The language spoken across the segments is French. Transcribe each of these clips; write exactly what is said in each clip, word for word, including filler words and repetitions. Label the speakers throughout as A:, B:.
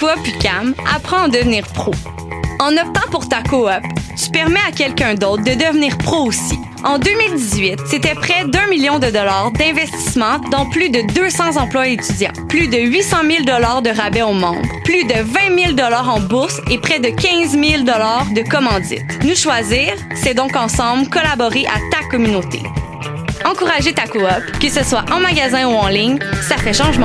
A: Coop U Q A M, apprends à devenir pro. En optant pour ta coop, tu permets à quelqu'un d'autre de devenir pro aussi. En deux mille dix-huit, c'était près d'un million de dollars d'investissement dans plus de deux cents emplois étudiants, plus de huit cent mille dollars de rabais aux membres, plus de vingt mille dollars en bourse et près de quinze mille dollars de commandites. Nous choisir, c'est donc ensemble collaborer à ta communauté. Encourager ta coop, que ce soit en magasin ou en ligne, ça fait changement.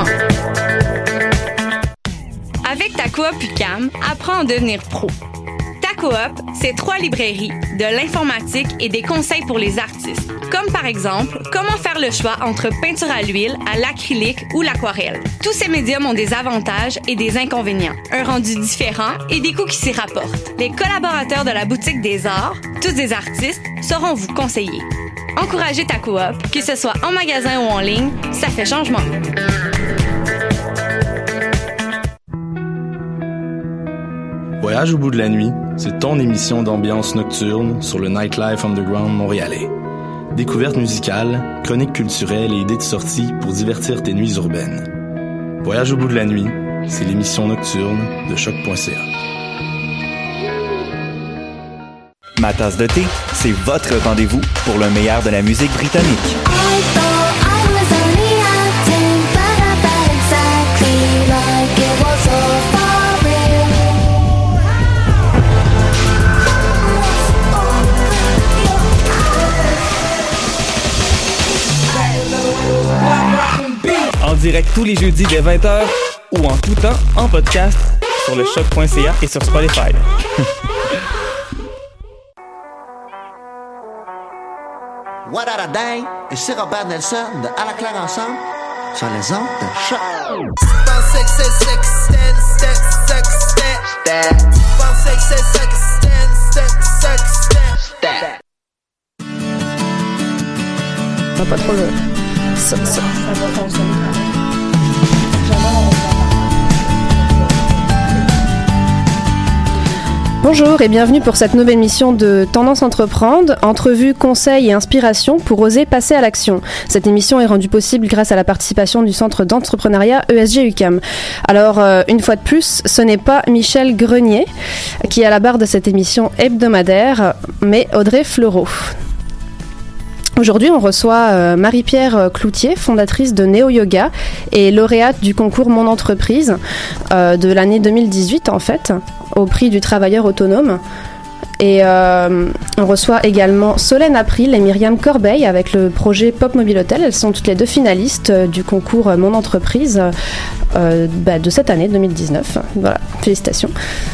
A: Avec ta coop U Q A M, apprends à devenir pro. Ta coop, c'est trois librairies, de l'informatique et des conseils pour les artistes. Comme par exemple, comment faire le choix entre peinture à l'huile, à l'acrylique ou l'aquarelle. Tous ces médiums ont des avantages et des inconvénients, un rendu différent et des coûts qui s'y rapportent. Les collaborateurs de la boutique des arts, tous des artistes, sauront vous conseiller. Encourager ta coop, que ce soit en magasin ou en ligne, ça fait changement.
B: Voyage au bout de la nuit, c'est ton émission d'ambiance nocturne sur le Nightlife Underground montréalais. Découvertes musicales, chroniques culturelles et idées de sortie pour divertir tes nuits urbaines. Voyage au bout de la nuit, c'est l'émission nocturne de choc point c a.
C: Ma tasse de thé, c'est votre rendez-vous pour le meilleur de la musique britannique. En direct tous les jeudis dès vingt heures ou en tout temps en podcast sur le choc point c a et sur Spotify.
D: What a day! Ici Robert Nelson de À la claire ensemble sur les ondes de choc.
E: On va pas trop le... Ça, ça. Ça va fonctionner quand même. Bonjour et bienvenue pour cette nouvelle émission de Tendance Entreprendre, entrevues, conseils et inspiration pour oser passer à l'action. Cette émission est rendue possible grâce à la participation du Centre d'entrepreneuriat E S G U Q A M. Alors, euh, une fois de plus, ce n'est pas Michel Grenier qui est à la barre de cette émission hebdomadaire, mais Audrey Fleureau. Aujourd'hui, on reçoit euh, Marie-Pierre Cloutier, fondatrice de Néo Yoga et lauréate du concours Mon Entreprise euh, de l'année deux mille dix-huit, en fait, au prix du travailleur autonome. Et euh, on reçoit également Solène April et Myriam Corbeil avec le projet Pop Mobile Hotel. Elles sont toutes les deux finalistes euh, du concours Mon Entreprise euh, bah, de cette année deux mille dix-neuf. Voilà, félicitations.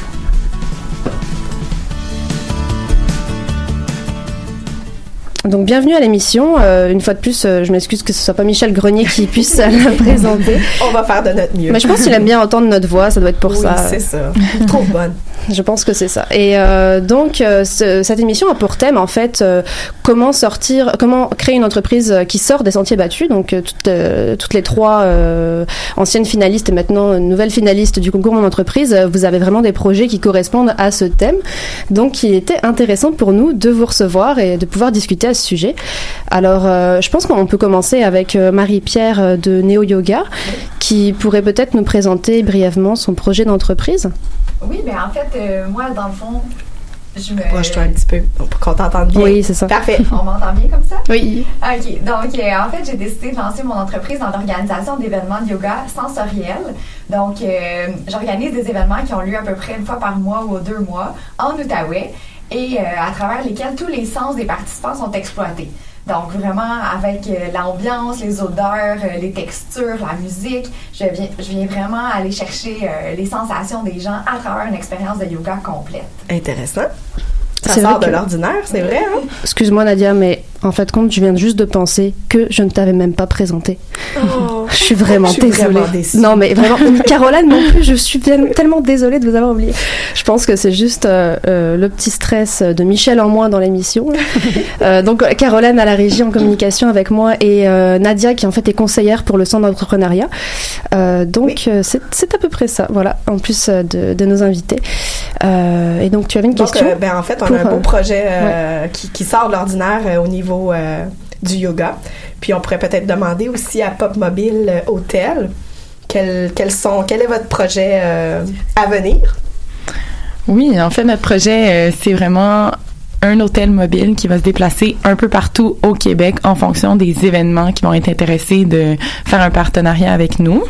E: Donc bienvenue à l'émission. Euh, une fois de plus, euh, je m'excuse que ce soit pas Michel Grenier qui puisse euh, la présenter.
F: On va faire de notre mieux.
E: Mais je pense qu'il aime bien entendre notre voix, ça doit être pour
F: oui,
E: ça.
F: Oui, c'est ça. Trop bonne.
E: Je pense que c'est ça. Et euh, donc euh, ce, cette émission a pour thème en fait euh, comment sortir, comment créer une entreprise qui sort des sentiers battus. Donc euh, toutes, euh, toutes les trois euh, anciennes finalistes et maintenant nouvelles finalistes du concours Mon Entreprise, euh, vous avez vraiment des projets qui correspondent à ce thème. Donc il était intéressant pour nous de vous recevoir et de pouvoir discuter à ce sujet. Alors euh, je pense qu'on peut commencer avec euh, Marie-Pierre de Néo Yoga qui pourrait peut-être nous présenter brièvement son projet d'entreprise.
G: Oui, mais en fait, euh, moi, dans le fond, je me...
F: Proche-toi un petit peu pour qu'on t'entende bien.
E: Oui, c'est ça.
F: Parfait.
G: On m'entend bien comme ça?
E: Oui.
G: OK. Donc, euh, en fait, j'ai décidé de lancer mon entreprise dans l'organisation d'événements de yoga sensoriel. Donc, euh, j'organise des événements qui ont lieu à peu près une fois par mois ou deux mois en Outaouais et euh, à travers lesquels tous les sens des participants sont exploités. Donc, vraiment, avec euh, l'ambiance, les odeurs, euh, les textures, la musique, je viens, je viens vraiment aller chercher euh, les sensations des gens à travers une expérience de yoga complète.
F: Intéressant. Ça
E: c'est
F: sort de
E: que...
F: l'ordinaire, c'est vrai, hein?
E: Excuse-moi, Nadia, mais en fait, compte, je viens juste de penser que je ne t'avais même pas présenté.
F: Oh,
E: je suis vraiment
F: je suis
E: désolée.
F: Vraiment déçue.
E: Non, mais vraiment, Caroline non plus, je suis tellement désolée de vous avoir oublié. Je pense que c'est juste euh, euh, le petit stress de Michel en moins dans l'émission. euh, donc, Caroline à la régie en communication avec moi et euh, Nadia qui en fait est conseillère pour le centre d'entrepreneuriat. Euh, donc, oui. euh, c'est, c'est à peu près ça, voilà, en plus euh, de, de nos invités. Euh, et donc, tu avais une
F: donc,
E: question
F: euh, ben, en fait, on
E: pour,
F: a un beau
E: euh,
F: projet euh,
E: ouais.
F: qui, qui sort de l'ordinaire euh, au niveau euh, du yoga. Puis on pourrait peut-être demander aussi à Pop Mobile Hotel quels, quels sont, quel est votre projet euh, à venir?
H: Oui, en fait, notre projet, euh, c'est vraiment un hôtel mobile qui va se déplacer un peu partout au Québec en fonction des événements qui vont être intéressés de faire un partenariat avec nous.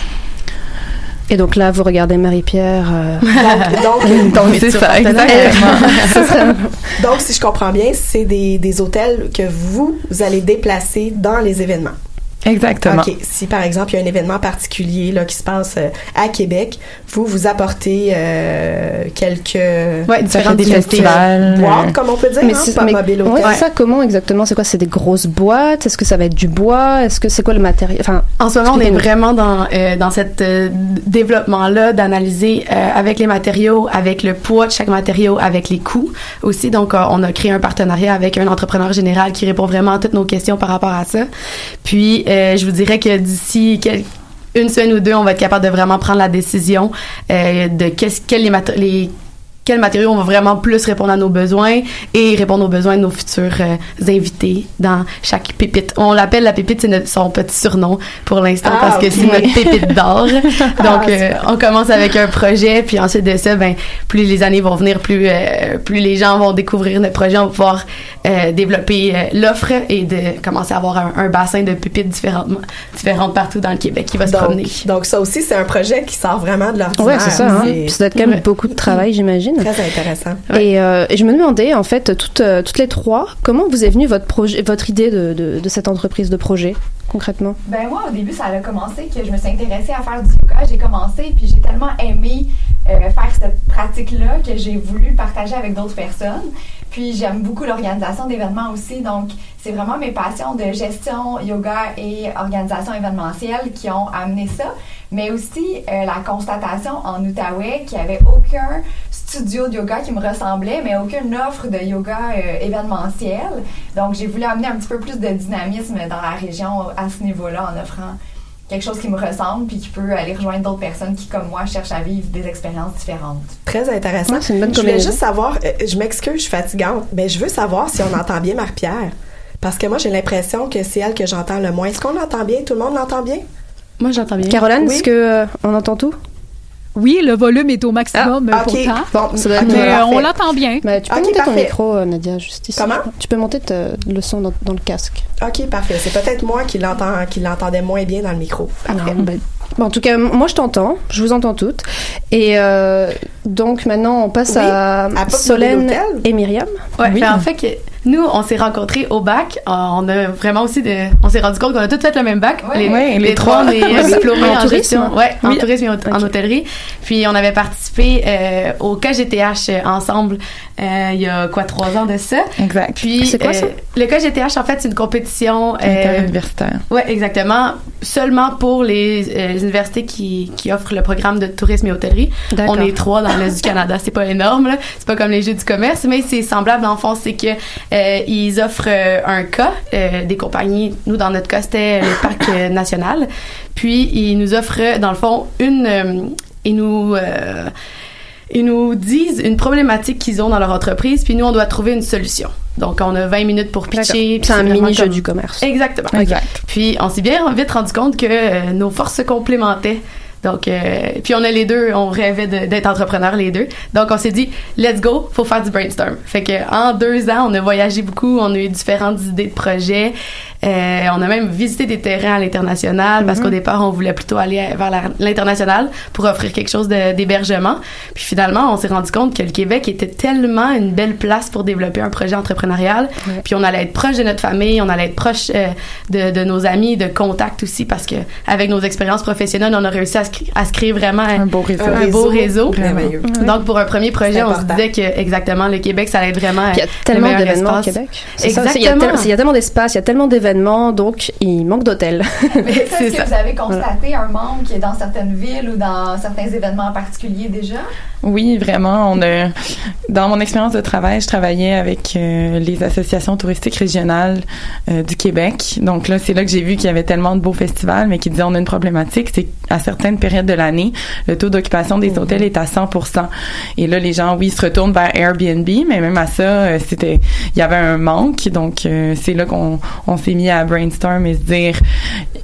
E: Et donc là, vous regardez Marie-Pierre. Euh...
F: donc, donc,
H: donc c'est ça, exactement.
F: Donc, si je comprends bien, c'est des, des hôtels que vous, vous allez déplacer dans les événements.
H: Exactement.
F: OK. Si, par exemple, il y a un événement particulier là, qui se passe euh, à Québec, vous, vous apportez euh, quelques...
H: Oui, différents festivals.
F: Boîtes, comme on peut dire,
E: mais
F: hein,
E: c'est,
F: pas
E: mais,
F: mobile hôtel.
E: Ouais, c'est ça, comment exactement? C'est quoi? C'est des grosses boîtes? Est-ce que ça va être du bois? Est-ce que c'est quoi le matériel? Enfin,
I: en ce moment, on est vraiment dans, euh, dans cet euh, développement-là d'analyser euh, avec les matériaux, avec le poids de chaque matériau, avec les coûts aussi. Donc, euh, on a créé un partenariat avec un entrepreneur général qui répond vraiment à toutes nos questions par rapport à ça. Puis, Euh, je vous dirais que d'ici quel, une semaine ou deux, on va être capable de vraiment prendre la décision euh, de qu'est-ce, quels les, maté- les quels matériaux on va vraiment plus répondre à nos besoins et répondre aux besoins de nos futurs euh, invités dans chaque pépite. On l'appelle la pépite, c'est notre, son petit surnom pour l'instant ah, parce que okay. c'est notre pépite d'or. Donc, ah, euh, on commence avec un projet, puis ensuite de ça, ben plus les années vont venir, plus euh, plus les gens vont découvrir notre projet, on va pouvoir euh, développer euh, l'offre et de commencer à avoir un, un bassin de pépites différentes, différentes partout dans le Québec qui va se
F: donc,
I: promener.
F: Donc, ça aussi, c'est un projet qui sort vraiment de l'ordinaire.
E: Oui, c'est ça. Hein? Puis ça doit être quand même ouais. beaucoup de travail, j'imagine.
F: Très intéressant.
E: Ouais. Et, euh, et je me demandais, en fait, toutes, euh, toutes les trois, comment vous est venue votre, projet, votre idée de, de, de cette entreprise de projet, concrètement?
G: Ben moi, au début, ça a commencé que je me suis intéressée à faire du yoga. J'ai commencé, puis j'ai tellement aimé euh, faire cette pratique-là que j'ai voulu partager avec d'autres personnes. Puis j'aime beaucoup l'organisation d'événements aussi, donc c'est vraiment mes passions de gestion, yoga et organisation événementielle qui ont amené ça, mais aussi euh, la constatation en Outaouais qu'il n'y avait aucun studio de yoga qui me ressemblait, mais aucune offre de yoga euh, événementiel. Donc j'ai voulu amener un petit peu plus de dynamisme dans la région à ce niveau-là en offrant quelque chose qui me ressemble puis qui peut aller rejoindre d'autres personnes qui, comme moi, cherchent à vivre des expériences différentes.
F: Très intéressant.
E: Ouais, c'est une bonne
F: je voulais
E: combinaison.
F: juste savoir, euh, je m'excuse, je suis fatigante, mais je veux savoir si on entend bien Marie-Pierre. Parce que moi, j'ai l'impression que c'est elle que j'entends le moins. Est-ce qu'on l'entend bien? Tout le monde l'entend bien?
I: Moi, j'entends bien.
E: Caroline,
F: oui.
E: est-ce que euh, on entend tout?
J: Oui, le volume est au maximum
F: ah, okay.
J: pourtant.
F: Bon,
E: ça doit être
J: mais
F: euh,
J: on l'entend bien.
E: Mais tu peux
F: okay,
E: monter
F: parfait.
E: ton micro, euh, Nadia, juste ici.
F: Comment?
E: Tu peux monter te, le son dans, dans le casque.
F: OK, parfait. C'est peut-être moi qui, l'entend, qui l'entendais moins bien dans le micro. Parfait.
E: Non, ben, bon, en tout cas, moi, je t'entends. Je vous entends toutes. Et euh, donc, maintenant, on passe
F: oui,
E: à,
F: à
E: Solène et Myriam.
I: Ouais,
E: oui.
I: ben, en fait, que nous, on s'est rencontrés au bac. On a vraiment aussi de, on s'est rendu compte qu'on a tous fait le même bac.
G: Ouais,
I: les,
H: ouais,
I: les,
H: les
I: trois, on est diplômés en,
E: en tourisme.
I: gestion. Ouais,
E: Oui.
I: en tourisme et en,
E: Okay.
I: en hôtellerie. Puis, on avait participé euh, au K G T H ensemble euh, il y a quoi, trois ans de ça.
H: Exact.
I: Puis,
E: c'est quoi ça?
I: euh, le K G T H, en fait, c'est une compétition euh,
H: interuniversitaire.
I: Ouais, exactement. Seulement pour les, euh, les universités qui, qui offrent le programme de tourisme et hôtellerie.
E: D'accord.
I: On est trois dans l'Est du Canada. C'est pas énorme, là. C'est pas comme les Jeux du commerce, mais c'est semblable. Dans le fond, c'est que euh, ils offrent euh, un cas euh, des compagnies. Nous, dans notre cas, c'était le parc euh, national. Puis, ils nous offrent, dans le fond, une... Euh, ils nous... Euh, ils nous disent une problématique qu'ils ont dans leur entreprise, puis nous, on doit trouver une solution. Donc, on a vingt minutes pour pitcher.
E: C'est un mini-jeu
I: comme...
E: du commerce.
I: Exactement.
H: Exact.
I: Puis, on s'est bien vite rendu compte que euh, nos forces se complémentaient. Donc, euh, puis on a les deux, on rêvait de, d'être entrepreneurs les deux. Donc, on s'est dit, let's go, faut faire du brainstorm. Fait que en deux ans, on a voyagé beaucoup, on a eu différentes idées de projets. Euh, on a même visité des terrains à l'international, mm-hmm. parce qu'au départ, on voulait plutôt aller vers la, l'international pour offrir quelque chose de, d'hébergement. Puis finalement, on s'est rendu compte que le Québec était tellement une belle place pour développer un projet entrepreneurial. Ouais. Puis on allait être proche de notre famille, on allait être proche euh, de, de nos amis, de contacts aussi, parce que avec nos expériences professionnelles, on a réussi à se, à se créer vraiment un,
H: un beau réseau.
I: Un, un beau réseau.
F: Merveilleux.
I: Donc pour un premier projet, on se disait que exactement le Québec, ça allait être vraiment
E: il y a tellement d'événements
I: espace.
E: au Québec. C'est
I: exactement.
E: Ça, il, y a tel, il y a tellement d'espace, il y a tellement d'événements, donc il manque d'hôtels.
G: Mais est-ce que ça. Vous avez constaté un manque dans certaines villes ou dans certains événements particuliers déjà?
H: Oui, vraiment. On a, dans mon expérience de travail, je travaillais avec euh, les associations touristiques régionales euh, du Québec. Donc là, c'est là que j'ai vu qu'il y avait tellement de beaux festivals, mais qui disaient on a une problématique, c'est qu'à certaines périodes de l'année, le taux d'occupation des mmh. hôtels est à cent pour cent. Et là, les gens, oui, se retournent vers Airbnb, mais même à ça, euh, c'était, il y avait un manque. Donc euh, c'est là qu'on on s'est mis à brainstorm et se dire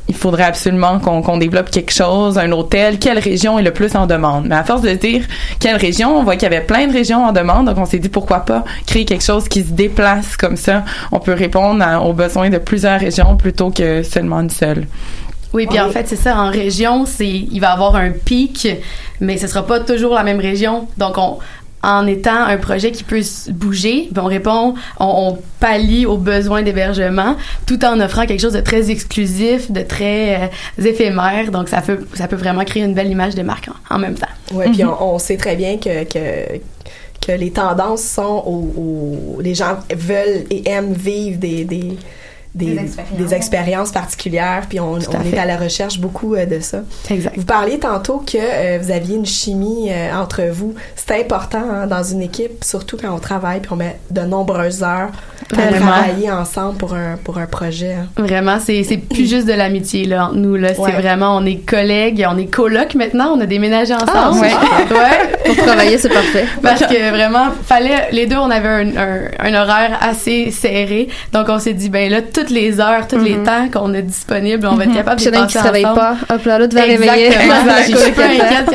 H: il faudrait absolument qu'on, qu'on développe quelque chose, un hôtel, quelle région est le plus en demande. Mais à force de dire quelle région, on voit qu'il y avait plein de régions en demande, donc on s'est dit pourquoi pas créer quelque chose qui se déplace comme ça. On peut répondre à, aux besoins de plusieurs régions plutôt que seulement une seule.
I: Oui, puis en fait, c'est ça, en région, c'est il va y avoir un pic, mais ce sera pas toujours la même région. Donc, on en étant un projet qui peut bouger, on répond, on, on pallie aux besoins d'hébergement, tout en offrant quelque chose de très exclusif, de très euh, éphémère. Donc, ça peut, ça peut vraiment créer une belle image de marque en, en même temps.
F: Oui, mm-hmm. Puis on, on sait très bien que... que que les tendances sont où, où les gens veulent et aiment vivre des... des Des, des, expériences. des expériences particulières, puis on, on est à la recherche beaucoup euh, de ça.
I: Exact.
F: Vous parliez tantôt que euh, vous aviez une chimie euh, entre vous. C'est important hein, dans une équipe, surtout quand on travaille, puis on met de nombreuses heures à
I: Vraiment.
F: travailler ensemble pour un, pour un projet. Hein.
I: Vraiment, c'est, c'est plus juste de l'amitié là, entre nous. Là. Ouais. C'est vraiment, on est collègues, on est colocs maintenant, on a déménagé ensemble.
E: Ah, ouais.
I: Ah. Ouais.
E: Pour travailler, c'est parfait.
I: Parce que vraiment, fallait, les deux, on avait un, un, un horaire assez serré, donc on s'est dit, ben là, toutes les heures, tous mm-hmm. les temps qu'on a disponibles, on va être mm-hmm. capable de les passer ensemble. Puis il y en a qui ne se réveille pas,
E: hop là, l'autre va réveiller.
I: Exactement, je suis pas inquiète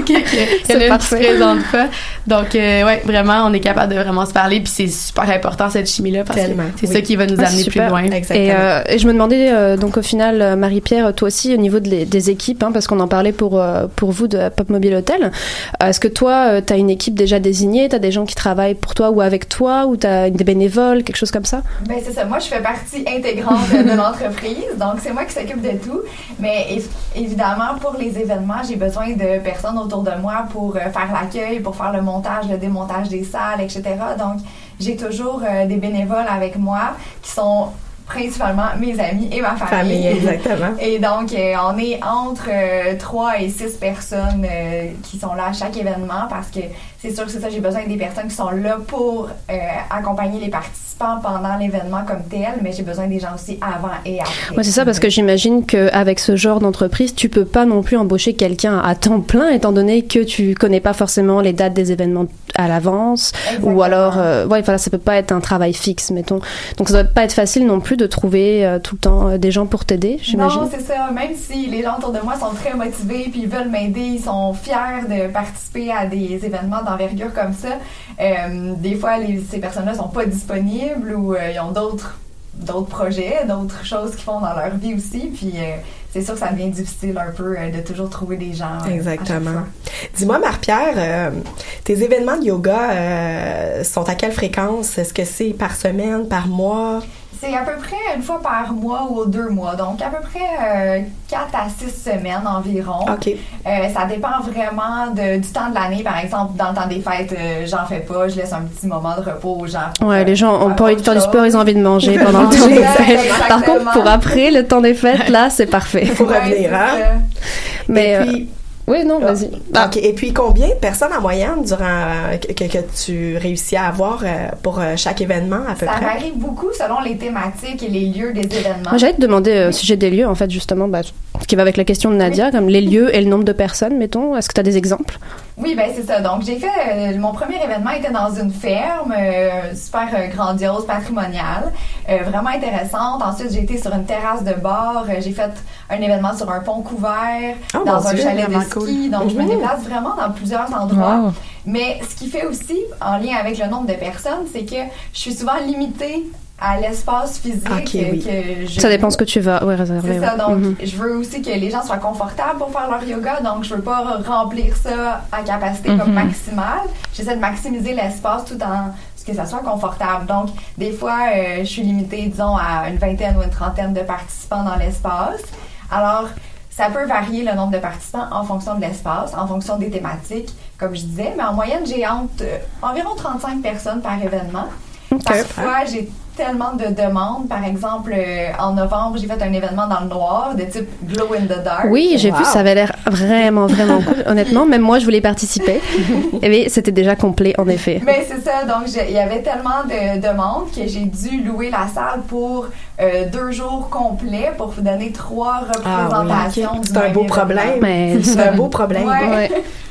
I: qu'il y en a une qui se présente pas. Donc, euh, ouais, vraiment, on est capable de vraiment se parler, puis c'est super important, cette chimie-là, parce Tellement. que c'est oui. ça qui va nous amener ah, plus loin.
E: Exactement. Et, euh, et je me demandais, euh, donc au final, Marie-Pierre, toi aussi, au niveau de les, des équipes, hein, parce qu'on en parlait pour, euh, pour vous de Pop Mobile Hotel, euh, est-ce que toi, euh, tu as une équipe déjà désignée, tu as des gens qui travaillent pour toi ou avec toi, ou tu as des bénévoles, quelque chose comme ça?
G: Ben c'est ça, moi je fais partie intégrante de l'entreprise, donc c'est moi qui s'occupe de tout, mais évidemment, pour les événements, j'ai besoin de personnes autour de moi pour euh, faire l'accueil, pour faire le montage, le démontage des salles, et cetera. Donc, j'ai toujours euh, des bénévoles avec moi qui sont principalement mes amis et ma famille.
F: Famille, exactement.
G: Et donc, euh, on est entre euh, trois et six personnes euh, qui sont là à chaque événement parce que c'est sûr que c'est ça, j'ai besoin des personnes qui sont là pour euh, accompagner les participants pendant l'événement comme tel, mais j'ai besoin des gens aussi avant et après.
E: Ouais, c'est ça, parce que j'imagine qu'avec ce genre d'entreprise, tu peux pas non plus embaucher quelqu'un à temps plein, étant donné que tu connais pas forcément les dates des événements à l'avance, Exactement. ou alors, euh, ouais, voilà, ça peut pas être un travail fixe, mettons. Donc ça doit pas être facile non plus de trouver euh, tout le temps euh, des gens pour t'aider, j'imagine.
G: Non, c'est ça. Même si les gens autour de moi sont très motivés puis ils veulent m'aider, ils sont fiers de participer à des événements d'envergure comme ça. Euh, des fois, les, ces personnes-là sont pas disponibles ou euh, ils ont d'autres d'autres projets, d'autres choses qu'ils font dans leur vie aussi. Puis euh, c'est sûr que ça devient difficile un peu euh, de toujours trouver des gens. Euh,
F: Exactement. Dis-moi, Marie-Pierre, euh, tes événements de yoga euh, sont à quelle fréquence? Est-ce que c'est par semaine, par mois?
G: C'est à peu près une fois par mois ou deux mois, donc à peu près euh, quatre à six semaines environ.
F: OK.
G: Euh, ça dépend vraiment de, du temps de l'année. Par exemple, dans le temps des fêtes, euh, j'en fais pas. Je laisse un petit moment de repos aux gens.
E: Ouais, les gens ont pas envie de faire du sport, ils ont envie de manger pendant le temps des fêtes. Par contre, pour après, le temps des fêtes, là, c'est parfait.
F: Il faut ouais, revenir, hein?
E: Mais...
F: Et puis,
E: euh, oui, non, vas-y.
F: Ah. OK. Et puis, combien de personnes en moyenne durant euh, que, que tu réussis à avoir euh, pour euh, chaque événement, à peu
G: ça
F: près?
G: Ça varie beaucoup selon les thématiques et les lieux des événements.
E: Moi, j'allais te demander euh, oui. si j'ai des lieux, en fait, justement, bah, ce qui va avec la question de Nadia, oui. comme les lieux et le nombre de personnes, mettons. Est-ce que tu as des exemples?
G: Oui, ben c'est ça. Donc, j'ai fait... Euh, mon premier événement était dans une ferme euh, super euh, grandiose, patrimoniale, euh, vraiment intéressante. Ensuite, j'ai été sur une terrasse de bar. Euh, j'ai fait un événement sur un pont couvert,
F: oh,
G: dans un
F: Dieu,
G: chalet de ski.
F: Cool.
G: Donc,
F: mmh.
G: je me déplace vraiment dans plusieurs endroits.
H: Wow.
G: Mais ce qui fait aussi, en lien avec le nombre de personnes, c'est que je suis souvent limitée à l'espace physique
F: okay, oui.
G: que je...
E: Ça dépend ce que tu vas ouais, réserver.
G: C'est ça,
E: ouais.
G: donc
E: mm-hmm.
G: je veux aussi que les gens soient confortables pour faire leur yoga, donc je veux pas remplir ça à capacité mm-hmm. comme maximale. J'essaie de maximiser l'espace tout en ce que ça soit confortable. Donc, des fois, euh, je suis limitée, disons, à une vingtaine ou une trentaine de participants dans l'espace. Alors, ça peut varier le nombre de participants en fonction de l'espace, en fonction des thématiques, comme je disais, mais en moyenne, j'ai entre euh, environ trente-cinq personnes par événement. Okay. Parfois, j'ai tellement de demandes. Par exemple, euh, en novembre, j'ai fait un événement dans le noir de type Glow in the Dark.
E: Oui, j'ai wow. vu, ça avait l'air vraiment, vraiment cool. Honnêtement, même moi, je voulais participer. Et c'était déjà complet, en effet.
G: Mais c'est ça. Donc, il y avait tellement de demandes que j'ai dû louer la salle pour euh, deux jours complets pour vous donner trois représentations.
F: Ah, oui, okay. C'est un beau
G: événement.
F: problème.
E: Mais...
F: C'est un beau problème.
G: Ouais.
F: Ouais.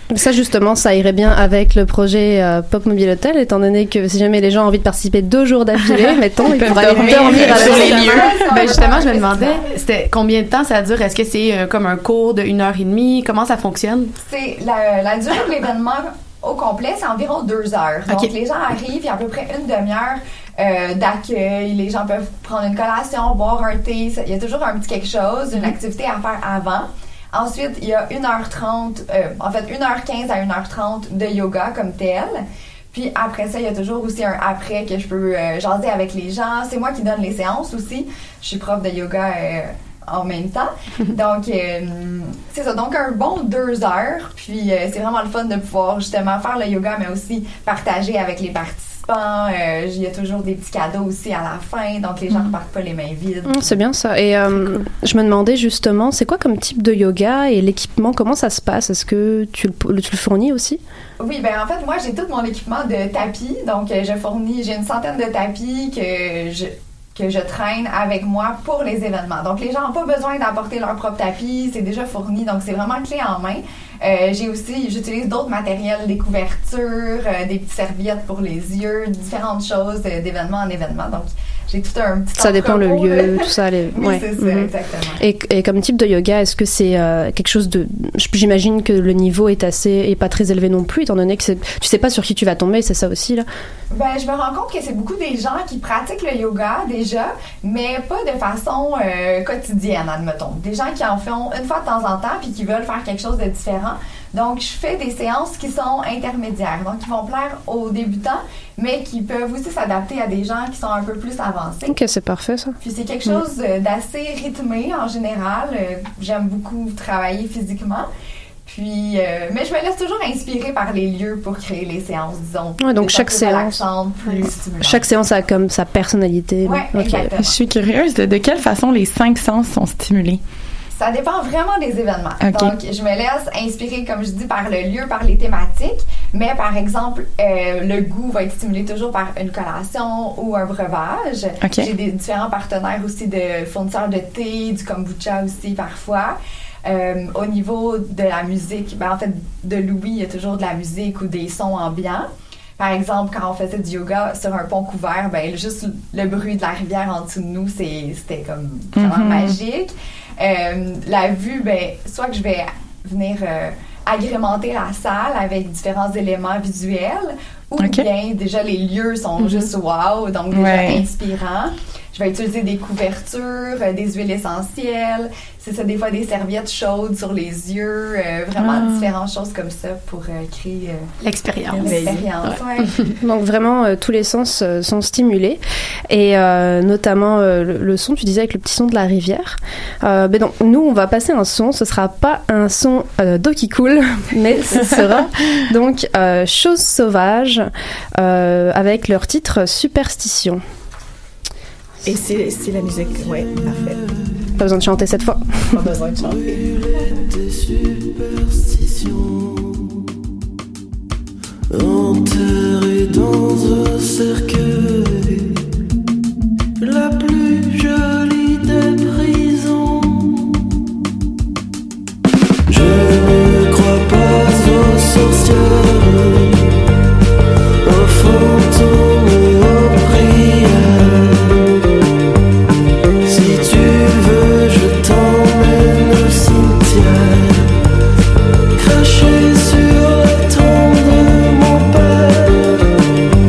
E: Ça, justement, ça irait bien avec le projet euh, Pop Mobile Hotel, étant donné que si jamais les gens ont envie de participer deux jours d'affilée, mettons, ils pourraient dormir, dormir à
I: sur
E: la
I: les lieux. Ben justement, je me demandais, c'était combien de temps ça dure? Est-ce que c'est euh, comme un cours de une heure et demie? Comment ça fonctionne?
G: C'est la, la durée de l'événement au complet, c'est environ deux heures. Donc, okay. Les gens arrivent, il y a à peu près une demi-heure euh, d'accueil. Les gens peuvent prendre une collation, boire un thé. Il y a toujours un petit quelque chose, une activité à faire avant. Ensuite, il y a une heure trente, euh, en fait, une heure quinze à une heure trente de yoga comme tel. Puis après ça, il y a toujours aussi un après que je peux euh, jaser avec les gens. C'est moi qui donne les séances aussi. Je suis prof de yoga euh, en même temps. Donc, euh, c'est ça. Donc, un bon deux heures. Puis, euh, c'est vraiment le fun de pouvoir justement faire le yoga, mais aussi partager avec les participants. Euh, il y a toujours des petits cadeaux aussi à la fin. Donc, les gens ne repartent pas les mains vides.
E: Mmh, c'est bien ça. Et euh, je me demandais justement, c'est quoi comme type de yoga et l'équipement? Comment ça se passe? Est-ce que tu le, tu le fournis aussi?
G: Oui, ben en fait, moi, j'ai tout mon équipement de tapis. Donc, euh, je fournis, j'ai une centaine de tapis que je... que je traîne avec moi pour les événements. Donc, les gens n'ont pas besoin d'apporter leur propre tapis, c'est déjà fourni, donc c'est vraiment clé en main. Euh, j'ai aussi, j'utilise d'autres matériels, des couvertures, euh, des petites serviettes pour les yeux, différentes choses euh, d'événement en événement. Donc, j'ai tout un petit
E: Ça dépend le lieu, tout ça. Les...
G: Oui, ouais. c'est ça, mm-hmm. exactement.
E: Et, et comme type de yoga, est-ce que c'est euh, quelque chose de... J'imagine que le niveau est assez... est pas très élevé non plus, étant donné que c'est... tu sais pas sur qui tu vas tomber, c'est ça aussi, là?
G: Ben, je me rends compte que c'est beaucoup des gens qui pratiquent le yoga déjà, mais pas de façon euh, quotidienne, admettons. Des gens qui en font une fois de temps en temps puis qui veulent faire quelque chose de différent. Donc, je fais des séances qui sont intermédiaires, donc qui vont plaire aux débutants, mais qui peuvent aussi s'adapter à des gens qui sont un peu plus avancés.
E: Ok, c'est parfait, ça.
G: Puis c'est quelque chose mm. d'assez rythmé, en général. J'aime beaucoup travailler physiquement. Puis, euh, mais je me laisse toujours inspirer par les lieux pour créer les séances, disons.
E: Ouais, donc chaque séance,
G: plus
E: chaque séance a comme sa personnalité.
G: Ouais, okay. Exactement.
H: Je suis curieuse de, de quelle façon les cinq sens sont stimulés.
G: Ça dépend vraiment des événements.
H: Okay.
G: Donc, je me laisse inspirer, comme je dis, par le lieu, par les thématiques. Mais, par exemple, euh, le goût va être stimulé toujours par une collation ou un breuvage.
H: Okay.
G: J'ai des différents partenaires aussi de fournisseurs de thé, du kombucha aussi parfois. Euh, au niveau de la musique, ben, en fait, de l'ouïe, il y a toujours de la musique ou des sons ambiants. Par exemple, quand on faisait du yoga sur un pont couvert, ben, juste le bruit de la rivière en dessous de nous, c'est, c'était comme vraiment mm-hmm. magique. Euh, la vue, ben, soit que je vais venir euh, agrémenter la salle avec différents éléments visuels, ou okay. bien déjà les lieux sont mm-hmm. juste wow, donc déjà ouais. inspirants. Je vais utiliser des couvertures, euh, des huiles essentielles, c'est ça, des fois des serviettes chaudes sur les yeux, euh, vraiment ah. différentes choses comme ça pour euh, créer euh,
I: l'expérience.
G: l'expérience ouais. Ouais.
E: Donc vraiment, euh, tous les sens euh, sont stimulés, et euh, notamment euh, le, le son, tu disais avec le petit son de la rivière. Euh, ben donc, nous, on va passer un son, ce sera pas un son euh, d'eau qui coule, mais ce sera donc euh, Chose sauvage, euh, avec leur titre Superstition.
F: Et c'est, c'est la musique, oui, parfait.
E: Pas besoin de chanter cette fois.
F: Pas besoin de chanter.
K: Des superstitions enterrées dans un cercueil, la plus jolie des prisons. Je ne crois pas aux sorcières, aux fantômes et aux prières. Cracher sur la tombe de mon père.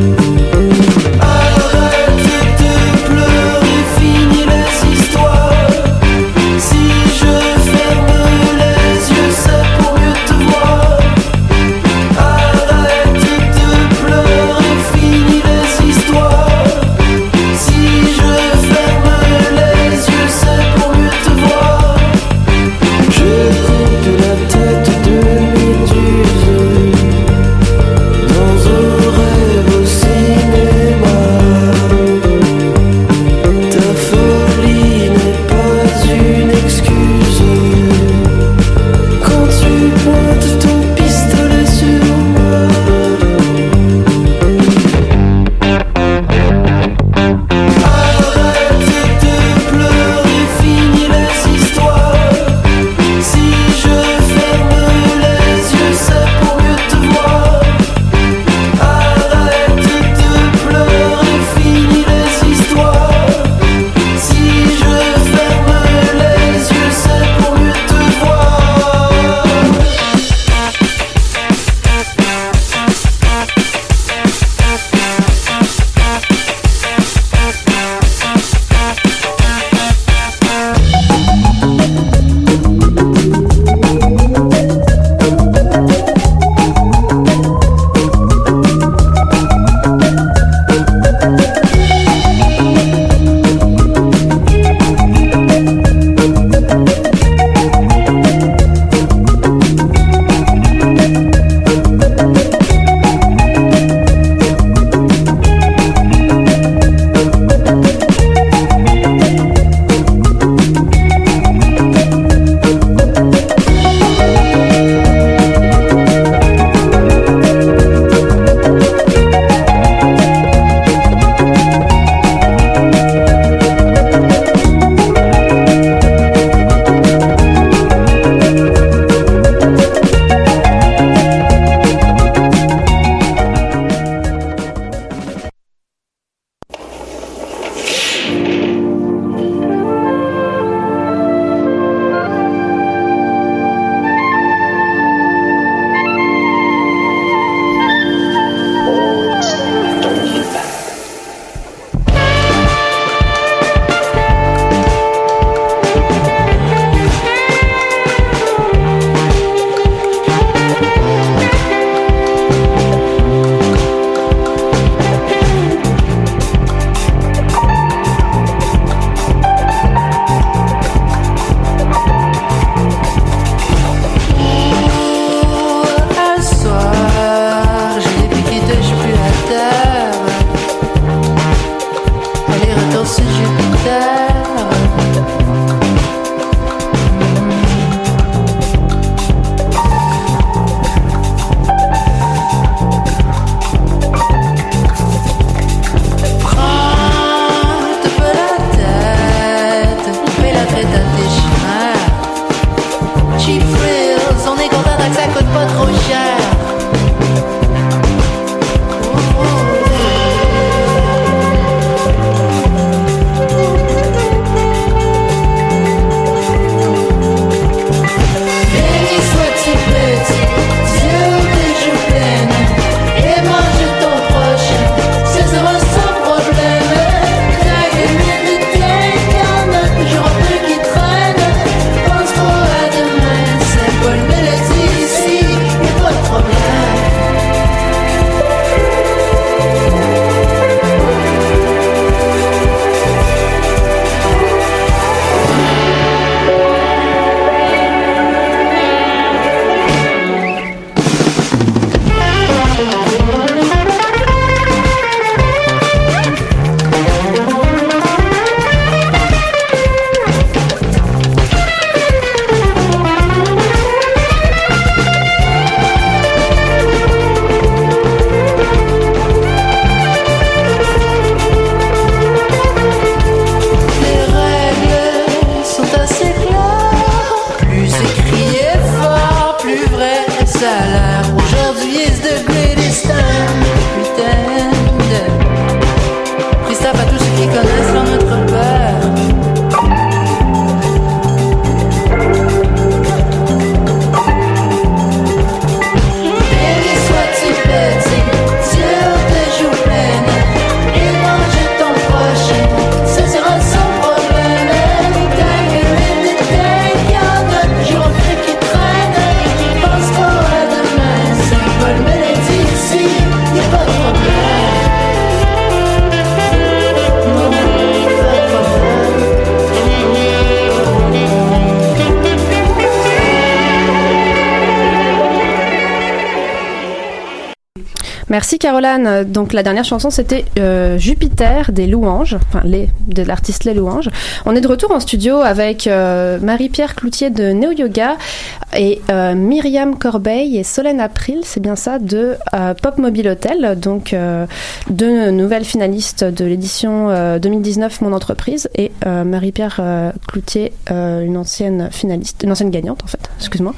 E: Merci Caroline. Donc la dernière chanson c'était euh, Jupiter des Louanges, enfin les de l'artiste Les Louanges. On est de retour en studio avec euh, Marie-Pierre Cloutier de Néo Yoga et euh, Myriam Corbeil et Solène April, c'est bien ça, de euh, Pop Mobile Hotel, donc euh, deux nouvelles finalistes de l'édition euh, deux mille dix-neuf Mon Entreprise, et euh, Marie-Pierre euh, Cloutier, euh, une ancienne finaliste, une ancienne gagnante en fait, excuse-moi.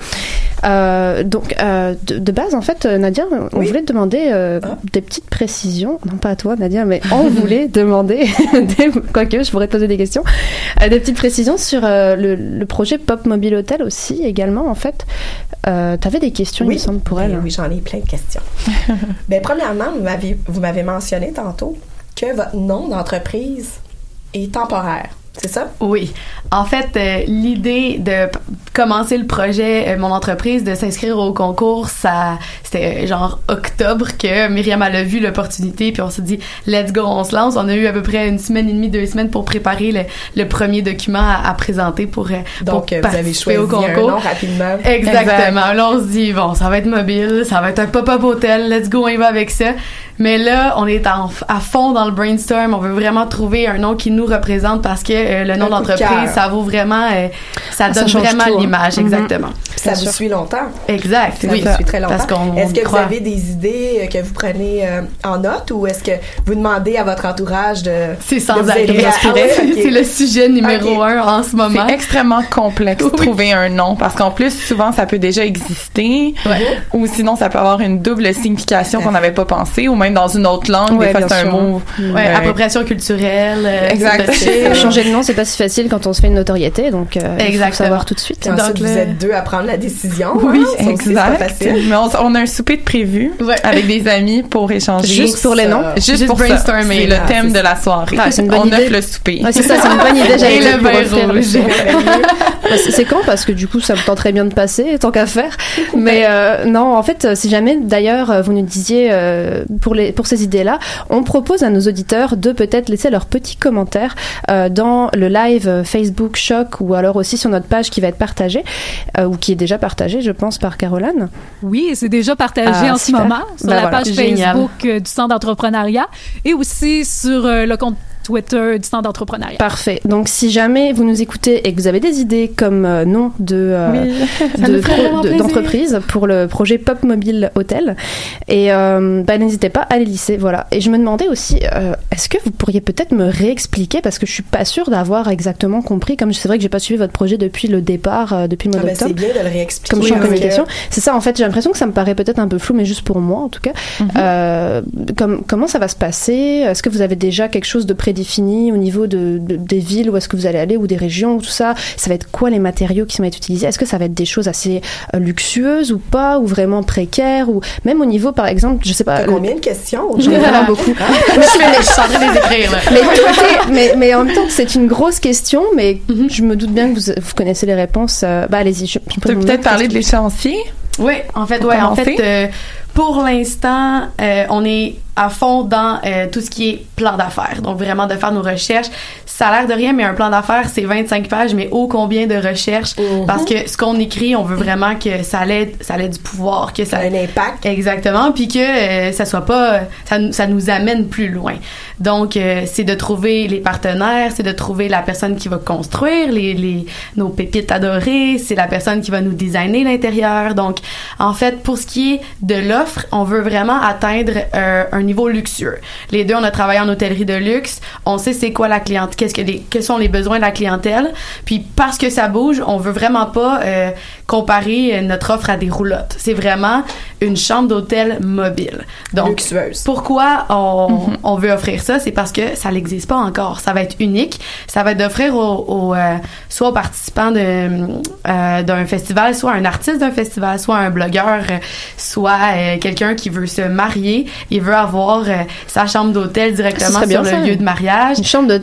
E: Euh, donc euh, de, de base en fait Nadia, on oui. voulait te demander euh, ah. des petites précisions, non pas à toi Nadia, mais on voulait demander des, quoique je pourrais te poser des questions, euh, des petites précisions sur euh, le, le projet Pop Mobile Hotel aussi également en fait. Euh, tu avais des questions oui. il me semble pour elle.
F: Oui, oui j'en ai plein de questions. Ben premièrement vous m'avez, vous m'avez mentionné tantôt que votre nom d'entreprise est temporaire. C'est ça?
I: Oui. En fait, euh, l'idée de p- commencer le projet, euh, mon entreprise, de s'inscrire au concours, ça, c'était euh, genre octobre que Myriam elle a vu l'opportunité, puis on s'est dit, let's go, on se lance. On a eu à peu près une semaine et demie, deux semaines pour préparer le, le premier document à, à présenter pour, euh,
F: Donc,
I: pour
F: vous avez choisi
I: au concours.
F: un nom rapidement.
I: Exactement. Exact. Là, on se dit, bon, ça va être mobile, ça va être un pop-up hôtel, let's go, on y va avec ça. Mais là, on est en, à fond dans le brainstorm. On veut vraiment trouver un nom qui nous représente parce que euh, le nom d'entreprise, ça vaut vraiment, euh, ça donne ça vraiment tout, l'image, hein. Exactement.
F: Mm-hmm. Ça vous suit longtemps.
I: Exact.
F: Ça
I: oui,
F: vous suit très longtemps.
I: Parce qu'on,
F: est-ce que
I: croit.
F: vous avez des idées que vous prenez euh, en note ou est-ce que vous demandez à votre entourage de
I: C'est sans
F: de vous
I: arrêt.
F: aider à... ah, ouais, okay.
I: C'est le sujet numéro okay. un en ce moment.
H: C'est extrêmement complexe
I: oui.
H: de trouver un nom parce qu'en plus, souvent, ça peut déjà exister
I: ouais.
H: ou sinon, ça peut avoir une double signification ouais. qu'on n'avait pas pensé ou même dans une autre langue.
E: Ouais,
H: des fois, c'est un mot.
I: Ouais, euh, appropriation culturelle. Euh,
H: exact.
E: Changer de nom, c'est pas si facile quand on se fait une notoriété, donc euh, il faut savoir tout de suite.
F: Donc, donc vous le... êtes deux à prendre la décision.
H: Oui,
F: hein?
H: exact. Aussi, c'est pas facile. Mais on, on a un souper de prévu ouais. avec des amis pour échanger.
E: Juste pour les noms?
H: Juste, Juste pour
I: brainstormer.
H: C'est le ah, thème c'est de la soirée.
E: Ah, c'est une bonne
H: on
E: idée.
H: offre le souper.
E: Ouais, c'est ça, c'est une bonne idée. J'allais
I: dire pour offrir le souper.
E: C'est quand? Parce que du coup, ça me tenterait bien de passer, tant qu'à faire. Mais euh, non, en fait, si jamais, d'ailleurs, vous nous disiez, euh, pour, les, pour ces idées-là, on propose à nos auditeurs de peut-être laisser leurs petits commentaires euh, dans le live Facebook Choc ou alors aussi sur notre page qui va être partagée euh, ou qui est déjà partagée, je pense, par Caroline.
J: Oui, c'est déjà partagé
E: ah,
J: en super. ce moment sur ben la
E: voilà,
J: page
E: génial.
J: Facebook euh, du Centre d'entrepreneuriat et aussi sur euh, le compte Twitter du Centre d'entrepreneuriat.
E: Parfait. Donc, si jamais vous nous écoutez et que vous avez des idées comme euh, nom de, euh,
I: oui,
E: de, pro, de d'entreprise pour le projet Pop Mobile Hotel, et euh, bah, n'hésitez pas à les lisser. Voilà. Et je me demandais aussi, euh, est-ce que vous pourriez peut-être me réexpliquer, parce que je suis pas sûre d'avoir exactement compris, comme c'est vrai que j'ai pas suivi votre projet depuis le départ, euh, depuis le mois
F: ah
E: d'octobre.
F: Ben c'est bien de le réexpliquer.
E: Comme champ de communication.
F: Que...
E: C'est ça, en fait, j'ai l'impression que ça me paraît peut-être un peu flou, mais juste pour moi, en tout cas. Mm-hmm. Euh, comme, comment ça va se passer? Est-ce que vous avez déjà quelque chose de prédéfini au niveau de, de, des villes où est-ce que vous allez aller ou des régions, tout ça? Ça va être quoi les matériaux qui vont être utilisés? Est-ce que ça va être des choses assez euh, luxueuses ou pas, ou vraiment précaires, ou même au niveau, par exemple, je sais pas.
F: T'as
E: le...
F: combien de questions?
E: J'en ai vraiment beaucoup.
I: Je suis en train de les écrire, là.
E: Mais, mais, mais en même temps, c'est une grosse question, mais mm-hmm. je me doute bien que vous, vous connaissez les réponses. Euh, bah, allez-y. Je, je
H: peux peut peut-être parler de l'échéancier?
I: Oui, en fait, ouais, en fait, euh, pour l'instant, euh, on est à fond dans euh, tout ce qui est plan d'affaires. Donc, vraiment de faire nos recherches. Ça a l'air de rien, mais un plan d'affaires, c'est vingt-cinq pages, mais ô combien de recherches. Mm-hmm. Parce que ce qu'on écrit, on veut vraiment que ça ait, ça ait du pouvoir, que ça
F: ait un impact.
I: Exactement, puis que euh, ça soit pas, ça, ça nous amène plus loin. Donc, euh, c'est de trouver les partenaires, c'est de trouver la personne qui va construire les, les, nos pépites adorées, c'est la personne qui va nous designer l'intérieur. Donc, en fait, pour ce qui est de l'offre, on veut vraiment atteindre euh, un niveau luxueux. Les deux, on a travaillé en hôtellerie de luxe, on sait c'est quoi la clientèle, qu'est-ce que les, quels sont les besoins de la clientèle, puis parce que ça bouge, on veut vraiment pas euh, comparer notre offre à des roulottes. C'est vraiment une chambre d'hôtel mobile. Donc,
F: luxueuse. Pourquoi
I: on, mm-hmm. on veut offrir ça? C'est parce que ça n'existe pas encore. Ça va être unique. Ça va être d'offrir aux, aux, euh, soit aux participants de, euh, d'un festival, soit un artiste d'un festival, soit un blogueur, soit euh, quelqu'un qui veut se marier. Il veut avoir euh, sa chambre d'hôtel directement sur
E: bien,
I: le
E: ça.
I: lieu de mariage.
E: Une chambre d'hôtel éphémère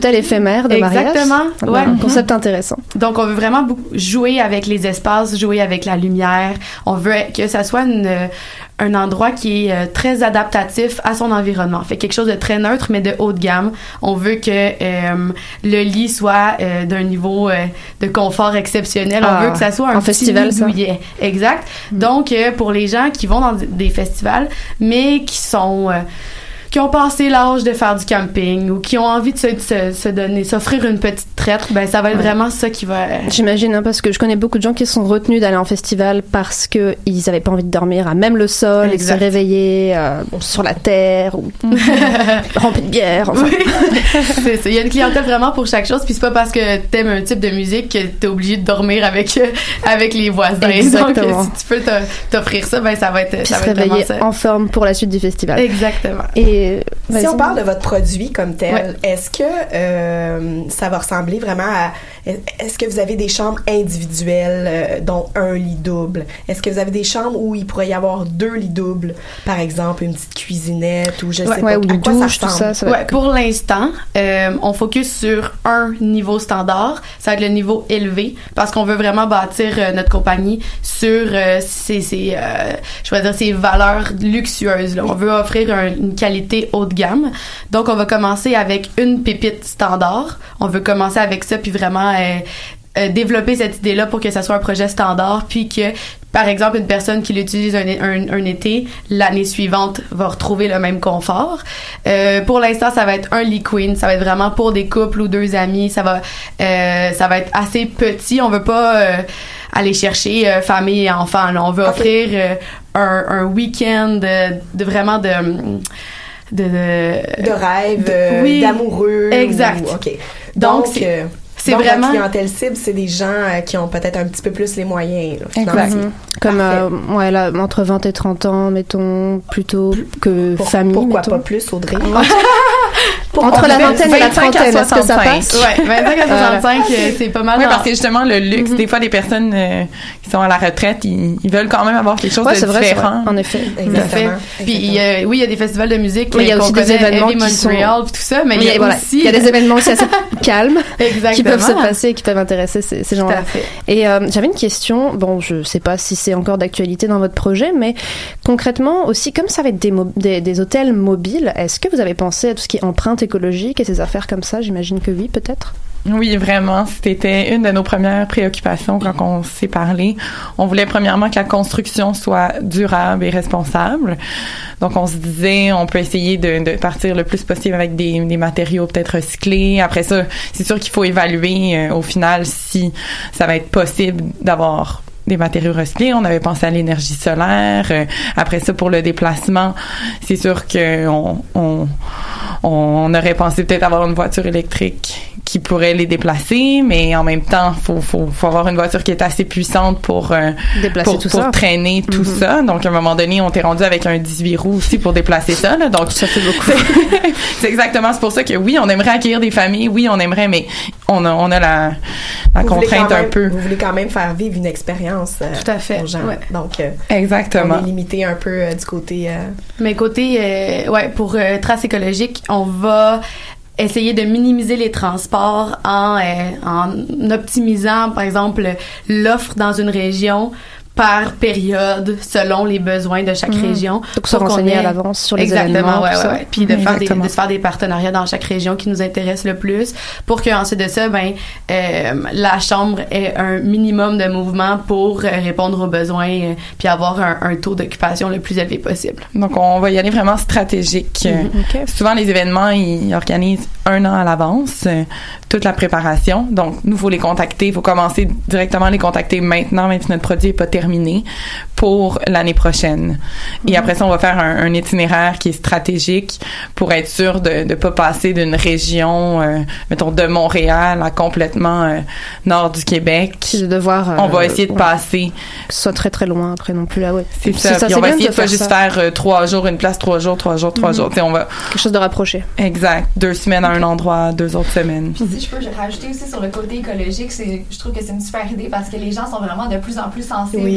E: éphémère de mariage.
I: Exactement.
E: Ouais. Un concept intéressant.
I: Donc, on veut vraiment beaucoup jouer avec les espaces, jouer avec la lumière. On veut que ça soit une, un endroit qui est euh, très adaptatif à son environnement. Fait quelque chose de très neutre, mais de haut de gamme. On veut que euh, le lit soit euh, d'un niveau euh, de confort exceptionnel. Ah, on veut que ça soit un, un petit festival douillet. Exact. Mm. Donc, euh, pour les gens qui vont dans des festivals, mais qui sont... Euh, qui ont passé l'âge de faire du camping ou qui ont envie de se, se, se donner, s'offrir une petite traite, ben ça va être ouais. vraiment ça qui va...
E: J'imagine, hein, parce que je connais beaucoup de gens qui sont retenus d'aller en festival parce que ils avaient pas envie de dormir à même le sol, exact. Et de se réveiller euh, sur la terre ou rempli de bière. Enfin. Oui.
I: C'est ça. Il y a une clientèle vraiment pour chaque chose, puis c'est pas parce que t'aimes un type de musique que t'es obligé de dormir avec euh, avec les voisins.
E: Exactement.
I: Donc, si tu peux t'offrir ça, ben ça va être...
E: Puis
I: ça
E: se
I: va être
E: réveiller
I: ça.
E: En forme pour la suite du festival.
I: Exactement.
E: Et
F: si on parle de votre produit comme tel,
I: ouais.
F: est-ce que euh, ça va ressembler vraiment à... Est-ce que vous avez des chambres individuelles, euh, dont un lit double? Est-ce que vous avez des chambres où il pourrait y avoir deux lits doubles? Par exemple, une petite cuisinette ou je
E: ouais,
F: sais
E: ouais,
F: pas.
E: Ou
F: à
E: une
F: quoi
E: douche,
F: ça
E: tout ça. ça va
I: ouais, pour l'instant, euh, on focus sur un niveau standard. Ça va être le niveau élevé parce qu'on veut vraiment bâtir euh, notre compagnie sur euh, ces, ces, euh, je vais dire, ces valeurs luxueuses. Là. On veut offrir un, une qualité haut de gamme. Donc, on va commencer avec une pépite standard. On veut commencer avec ça puis vraiment euh, euh, développer cette idée-là pour que ça soit un projet standard puis que, par exemple, une personne qui l'utilise un, un, un été, l'année suivante va retrouver le même confort. Euh, pour l'instant, ça va être un lit queen. Ça va être vraiment pour des couples ou deux amis. Ça va, euh, ça va être assez petit. On veut pas euh, aller chercher euh, famille et enfants. Là. On veut okay. offrir euh, un, un week-end de, de vraiment de... De, de,
F: de rêve,
I: de, oui,
F: d'amoureux.
I: Exact.
F: Ou, OK.
I: Donc,
F: Donc
I: c'est,
F: euh,
I: c'est
F: donc
I: vraiment...
F: la clientèle cible, c'est des gens euh, qui ont peut-être un petit peu plus les moyens. Là,
I: exact.
E: Mmh. Comme euh, ouais, là, entre vingt et trente ans, mettons, plutôt que
F: Pour,
E: famille.
F: Pourquoi
E: mettons.
F: pas plus, Audrey?
E: Pour entre la vingtaine et la trentaine, est-ce que ça passe?
I: Ouais, vingt-cinq à soixante-cinq, euh, c'est pas mal.
H: Oui,
I: dans...
H: parce que justement, le luxe, mm-hmm. des fois, des personnes euh, qui sont à la retraite, ils, ils veulent quand même avoir quelque chose
E: ouais,
H: de
E: c'est vrai,
H: différent.
E: C'est vrai, en effet.
F: Exactement.
I: Puis, euh, oui, il y a des festivals de musique
E: oui, il y a aussi des événements
I: Heavy
E: qui sont...
I: Montreal, tout ça, mais il y a
E: voilà,
I: aussi...
E: il y a des événements aussi assez calmes qui peuvent se passer, qui peuvent intéresser ces, ces gens-là. Et euh, j'avais une question, bon, je sais pas si c'est encore d'actualité dans votre projet, mais concrètement aussi, comme ça va être des, mo- des, des hôtels mobiles, est-ce que vous avez pensé à tout ce qui est empreinte écologique et ces affaires comme ça? J'imagine que oui, peut-être.
H: Oui, vraiment. C'était une de nos premières préoccupations quand on s'est parlé. On voulait premièrement que la construction soit durable et responsable. Donc, on se disait, on peut essayer de, de partir le plus possible avec des, des matériaux peut-être recyclés. Après ça, c'est sûr qu'il faut évaluer euh, au final si ça va être possible d'avoir des matériaux recyclés. On avait pensé à l'énergie solaire. Euh, après ça, pour le déplacement, c'est sûr qu'on on, on aurait pensé peut-être avoir une voiture électrique qui pourrait les déplacer, mais en même temps, faut faut faut avoir une voiture qui est assez puissante pour euh,
E: déplacer
H: pour,
E: tout
H: pour
E: ça.
H: traîner tout mm-hmm. ça. Donc à un moment donné, on t'est rendu avec un dix-huit roues aussi pour déplacer ça. Là. Donc
E: ça fait beaucoup.
H: C'est, c'est exactement c'est pour ça que oui, on aimerait accueillir des familles, oui, on aimerait, mais on a on a la la
F: vous
H: contrainte
F: même,
H: un peu.
F: Vous voulez quand même faire vivre une expérience euh,
I: tout à fait
F: aux gens.
I: Ouais.
F: Donc euh,
H: exactement.
F: On est limité un peu euh, du côté. Euh...
I: Mais côté euh, ouais pour euh, trace écologique, on va essayer de minimiser les transports en, euh, en optimisant, par exemple, l'offre dans une région par période selon les besoins de chaque mmh. région.
E: Donc se renseigner ait... à l'avance sur les
I: exactement,
E: événements.
I: Ouais, ouais, ouais. Puis de,
E: mmh,
I: faire des, de se faire des partenariats dans chaque région qui nous intéresse le plus pour qu'ensuite de ça, ben, euh, la chambre ait un minimum de mouvement pour euh, répondre aux besoins euh, puis avoir un, un taux d'occupation le plus élevé possible.
H: Donc on va y aller vraiment stratégique. Mmh, okay. Souvent les événements, ils organisent un an à l'avance euh, toute la préparation. Donc nous, il faut les contacter. Il faut commencer directement à les contacter maintenant, même si notre produit n'est pas terminé, pour l'année prochaine. Et mmh. après ça, on va faire un, un itinéraire qui est stratégique pour être sûr de ne pas passer d'une région, euh, mettons, de Montréal à complètement euh, nord du Québec.
E: De devoir, euh,
H: on va essayer de ouais. passer.
E: Que ce soit très, très loin après non plus, là, ouais.
H: C'est ça. ça. Puis on va essayer de pas juste faire euh, trois jours, une place, trois jours, trois jours, trois mmh. jours. T'sais, on va...
E: Quelque chose de rapproché.
H: Exact. Deux semaines à
E: okay.
H: un endroit, deux autres semaines.
G: Puis si je peux rajouter aussi sur le côté écologique, c'est, je trouve que c'est une super idée parce que les gens sont vraiment de plus en plus sensibles oui.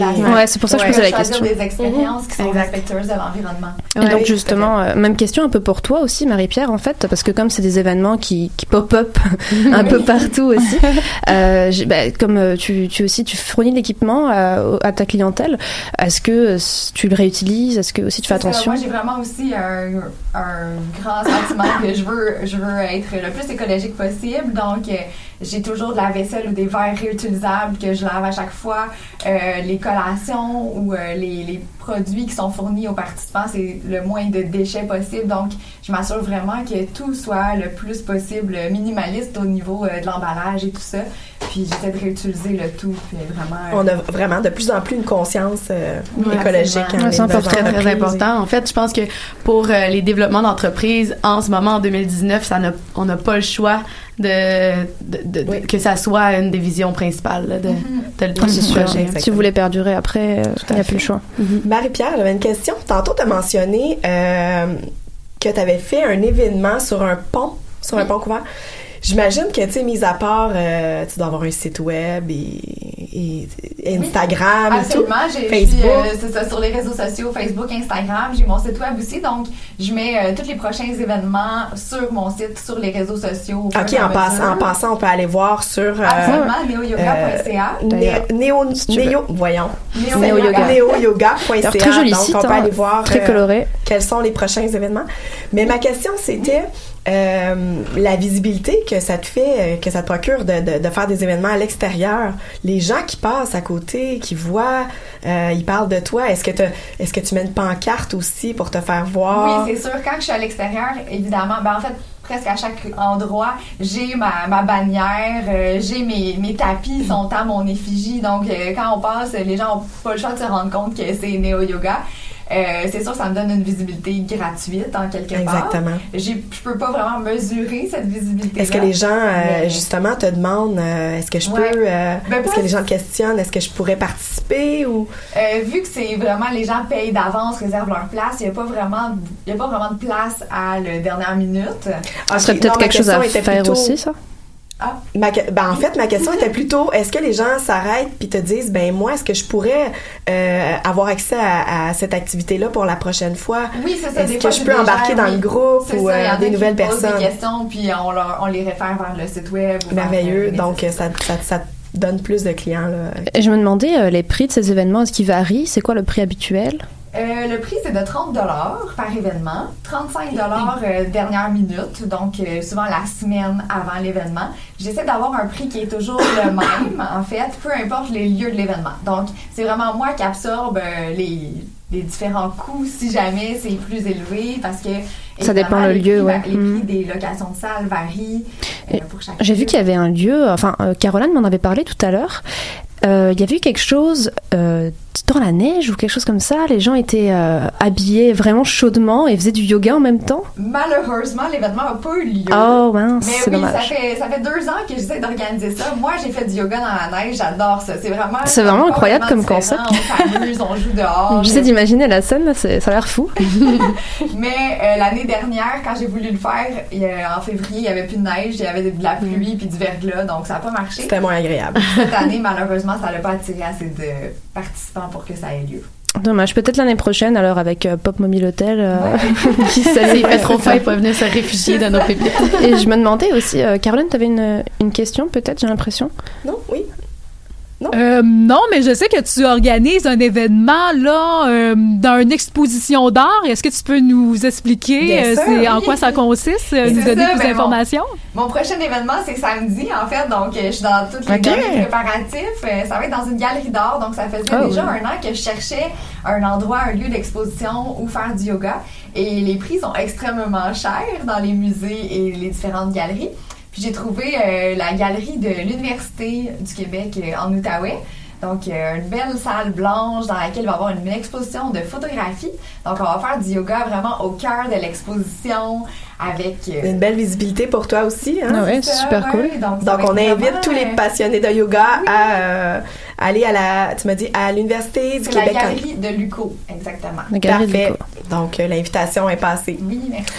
E: Ouais, c'est pour ça que je posais la question.
G: Des expériences qui sont
I: exact.
G: respectueuses de l'environnement.
E: Et
F: Ouais,
E: donc
F: oui,
E: justement, euh, même question un peu pour toi aussi, Marie-Pierre, en fait, parce que comme c'est des événements qui, qui pop-up un peu partout aussi, euh, j'ai- bah, comme euh, tu, tu aussi tu fournis de l'équipement à, à ta clientèle, est-ce que euh, tu le réutilises, est-ce que aussi tu fais
G: C'est ça,
E: attention?
G: moi, j'ai vraiment aussi un, un grand sentiment que je veux, je veux être le plus écologique possible. Donc, euh, j'ai toujours de la vaisselle ou des verres réutilisables que je lave à chaque fois. Euh, les collations ou euh, les, les produits qui sont fournis aux participants, c'est le moins de déchets possible. Donc, je m'assure vraiment que tout soit le plus possible minimaliste au niveau euh, de l'emballage et tout ça. Puis, j'essaie de réutiliser le tout. Puis, vraiment... euh,
F: On a vraiment de plus en plus une conscience euh,
I: Ouais,
F: écologique.
I: absolument.
F: hein,
I: Ouais, c'est
F: les
I: important, très, très
F: entreprises.
I: important. En fait, je pense que pour euh, les développements d'entreprises, en ce moment, en deux mille dix-neuf, ça n'a, on n'a pas le choix de, de, de- de- que ça soit une des visions principales là, de, de, de,
E: Ah,
I: du
E: c'est sûr.
I: projet.
E: Si vous voulez perdurer après, euh, il n'y a plus le choix.
F: Marie-Pierre, j'avais une question. Tantôt, tu as mentionné euh, que tu avais fait un événement sur un pont, sur un pont couvert. J'imagine que, tu sais, mis à part, euh, tu dois avoir un site web et, et Instagram et tout.
G: Absolument, j'ai,
F: Facebook.
G: je suis, euh, c'est ça, sur les réseaux sociaux, Facebook, Instagram, j'ai mon site web aussi, donc je mets euh, tous les prochains événements sur mon site, sur les réseaux sociaux. au
F: OK,
G: fur et à
F: en, passe,
G: mesure.
F: en passant, on peut aller voir sur... Euh,
G: Absolument, néo yoga point c a.
F: euh, né- néo, néo, voyons.
G: Néo
E: Néo
G: yoga.
E: yoga.
F: néo yoga point c a.
E: Alors, très joli
F: Donc,
E: site,
F: on peut
E: hein,
F: aller voir
E: très
F: euh,
E: coloré.
F: quels sont les prochains événements. Mais ma question, c'était euh, la visibilité que ça te fait, euh, que ça te procure de, de, de faire des événements à l'extérieur. Les gens qui passent à côté, qui voient, euh, ils parlent de toi. Est-ce que, t'as- est-ce que tu mets une pancarte aussi pour te faire voir?
G: Oui, c'est sûr. Quand je suis à l'extérieur, évidemment, ben en fait, presque à chaque endroit, j'ai ma, ma bannière, euh, j'ai mes, mes tapis sont à mon effigie. Donc, euh, quand on passe, les gens n'ont pas le choix de se rendre compte que c'est Néo Yoga. Euh, c'est sûr que ça me donne une visibilité gratuite, en quelque part.
F: Exactement.
G: J'ai, je peux pas vraiment mesurer cette visibilité.
F: Est-ce que les gens, euh, justement, te demandent euh, est-ce que je
G: Ouais.
F: peux, euh,
G: Ben,
F: est-ce
G: pas-
F: que les gens te questionnent, est-ce que je pourrais participer ou...
G: Euh, vu que c'est vraiment les gens payent d'avance, réservent leur place, il n'y a pas vraiment, il y a pas vraiment de place à la dernière minute.
F: Ah,
E: Ce serait
F: ok.
E: peut-être
F: Non, ma
E: quelque chose à
F: question était
E: faire
F: plutôt-
E: aussi, ça?
G: Ah.
F: Ma que- ben, en fait, ma question était plutôt, est-ce que les gens s'arrêtent puis te disent, ben moi, est-ce que je pourrais euh, avoir accès à, à cette activité-là pour la prochaine fois?
G: Oui, c'est ça.
F: Est-ce
G: des
F: que
G: fois,
F: je
G: c'est
F: peux
G: des
F: embarquer
G: gens,
F: dans
G: oui.
F: le groupe
G: C'est
F: ou
G: ça, il y
F: euh,
G: en a
F: des
G: qui
F: nouvelles
G: posent
F: personnes?
G: des questions, puis on, leur, on les réfère vers le site web. Ou vers,
F: Merveilleux.
G: euh,
F: Donc, ça, ça, ça te donne plus de clients, là.
E: Et je me demandais, euh, les prix de ces événements, est-ce qu'ils varient? C'est quoi le prix habituel?
G: Euh, le prix, c'est de trente dollars par événement, trente-cinq dollars euh, dernière minute, donc euh, souvent la semaine avant l'événement. J'essaie d'avoir un prix qui est toujours le même, en fait, peu importe les lieux de l'événement. Donc, c'est vraiment moi qui absorbe euh, les, les différents coûts si jamais c'est plus élevé, parce que
E: Ça dépend
G: évidemment,
E: le
G: les
E: lieu,
G: prix,
E: ouais.
G: va- Les
E: Mhm.
G: prix des locations de salles varient euh, pour chaque
E: J'ai
G: lieu.
E: vu qu'il y avait un lieu, enfin, euh, Caroline m'en avait parlé tout à l'heure. Euh, Il y avait eu quelque chose euh, dans la neige ou quelque chose comme ça. Les gens étaient euh, habillés vraiment chaudement et faisaient du yoga en même temps.
G: Malheureusement, l'événement n'a pas eu lieu.
E: Oh mince,
G: Mais
E: c'est
G: oui,
E: dommage.
G: ça fait, ça fait deux ans que j'essaie d'organiser ça. Moi, j'ai fait du yoga dans la neige, j'adore ça. C'est vraiment...
E: C'est vraiment incroyable comme
G: complètement différent. On s'amuse, on joue dehors.
E: J'essaie d'imaginer la scène, là, c'est- ça a l'air fou.
G: Mais euh, l'année dernière, quand j'ai voulu le faire, il y a- en février, il n'y avait plus de neige, il y avait de la pluie puis du verglas, donc ça n'a pas marché.
F: C'était moins agréable.
G: Cette année, malheureusement, ça n'a pas attiré assez de participants pour que ça ait lieu.
E: Dommage. Peut-être l'année prochaine, alors avec euh, Pop Mobile Hotel. Euh, qui
I: S'il
E: s'allume.
I: fait trop froid, il peut venir se réfugier dans nos pépites.
E: Et je me demandais aussi, euh, Caroline, tu avais une, une question peut-être, j'ai l'impression?
F: Non, oui.
J: Euh, non, mais je sais que tu organises un événement là euh, dans une exposition d'art. Est-ce que tu peux nous expliquer
G: Bien
J: euh,
G: sûr,
J: c'est, en
G: oui.
J: quoi ça consiste, euh,
G: C'est
J: nous donner
G: ça,
J: plus
G: ben,
J: d'informations?
G: Mon, mon prochain événement, c'est samedi, en fait, donc euh, je suis dans tous les
J: Ok.
G: derniers préparatifs. Euh, ça va être dans une galerie d'art, donc ça faisait
E: Oh,
G: déjà
E: oui.
G: un an que je cherchais un endroit, un lieu d'exposition où faire du yoga. Et les prix sont extrêmement chers dans les musées et les différentes galeries. Puis j'ai trouvé euh, la galerie de l'Université du Québec euh, en Outaouais. Donc, euh, une belle salle blanche dans laquelle il va y avoir une, une exposition de photographie. Donc, on va faire du yoga vraiment au cœur de l'exposition avec... euh,
F: Une belle visibilité pour toi aussi, hein?
E: Ah ouais,
G: c'est
E: c'est
G: ça,
E: super
G: ouais.
E: cool.
G: Donc, ça
F: Donc,
G: va
F: on
G: être
F: invite
G: vraiment,
F: tous les
G: euh,
F: passionnés de yoga à euh, aller à la, tu m'as dit, à l'Université du
G: C'est la
F: Québec.
G: galerie de L'U Q O, exactement.
E: La galerie de
F: Parfait.
E: Luco.
F: Donc, euh, l'invitation est passée.
G: Oui, merci.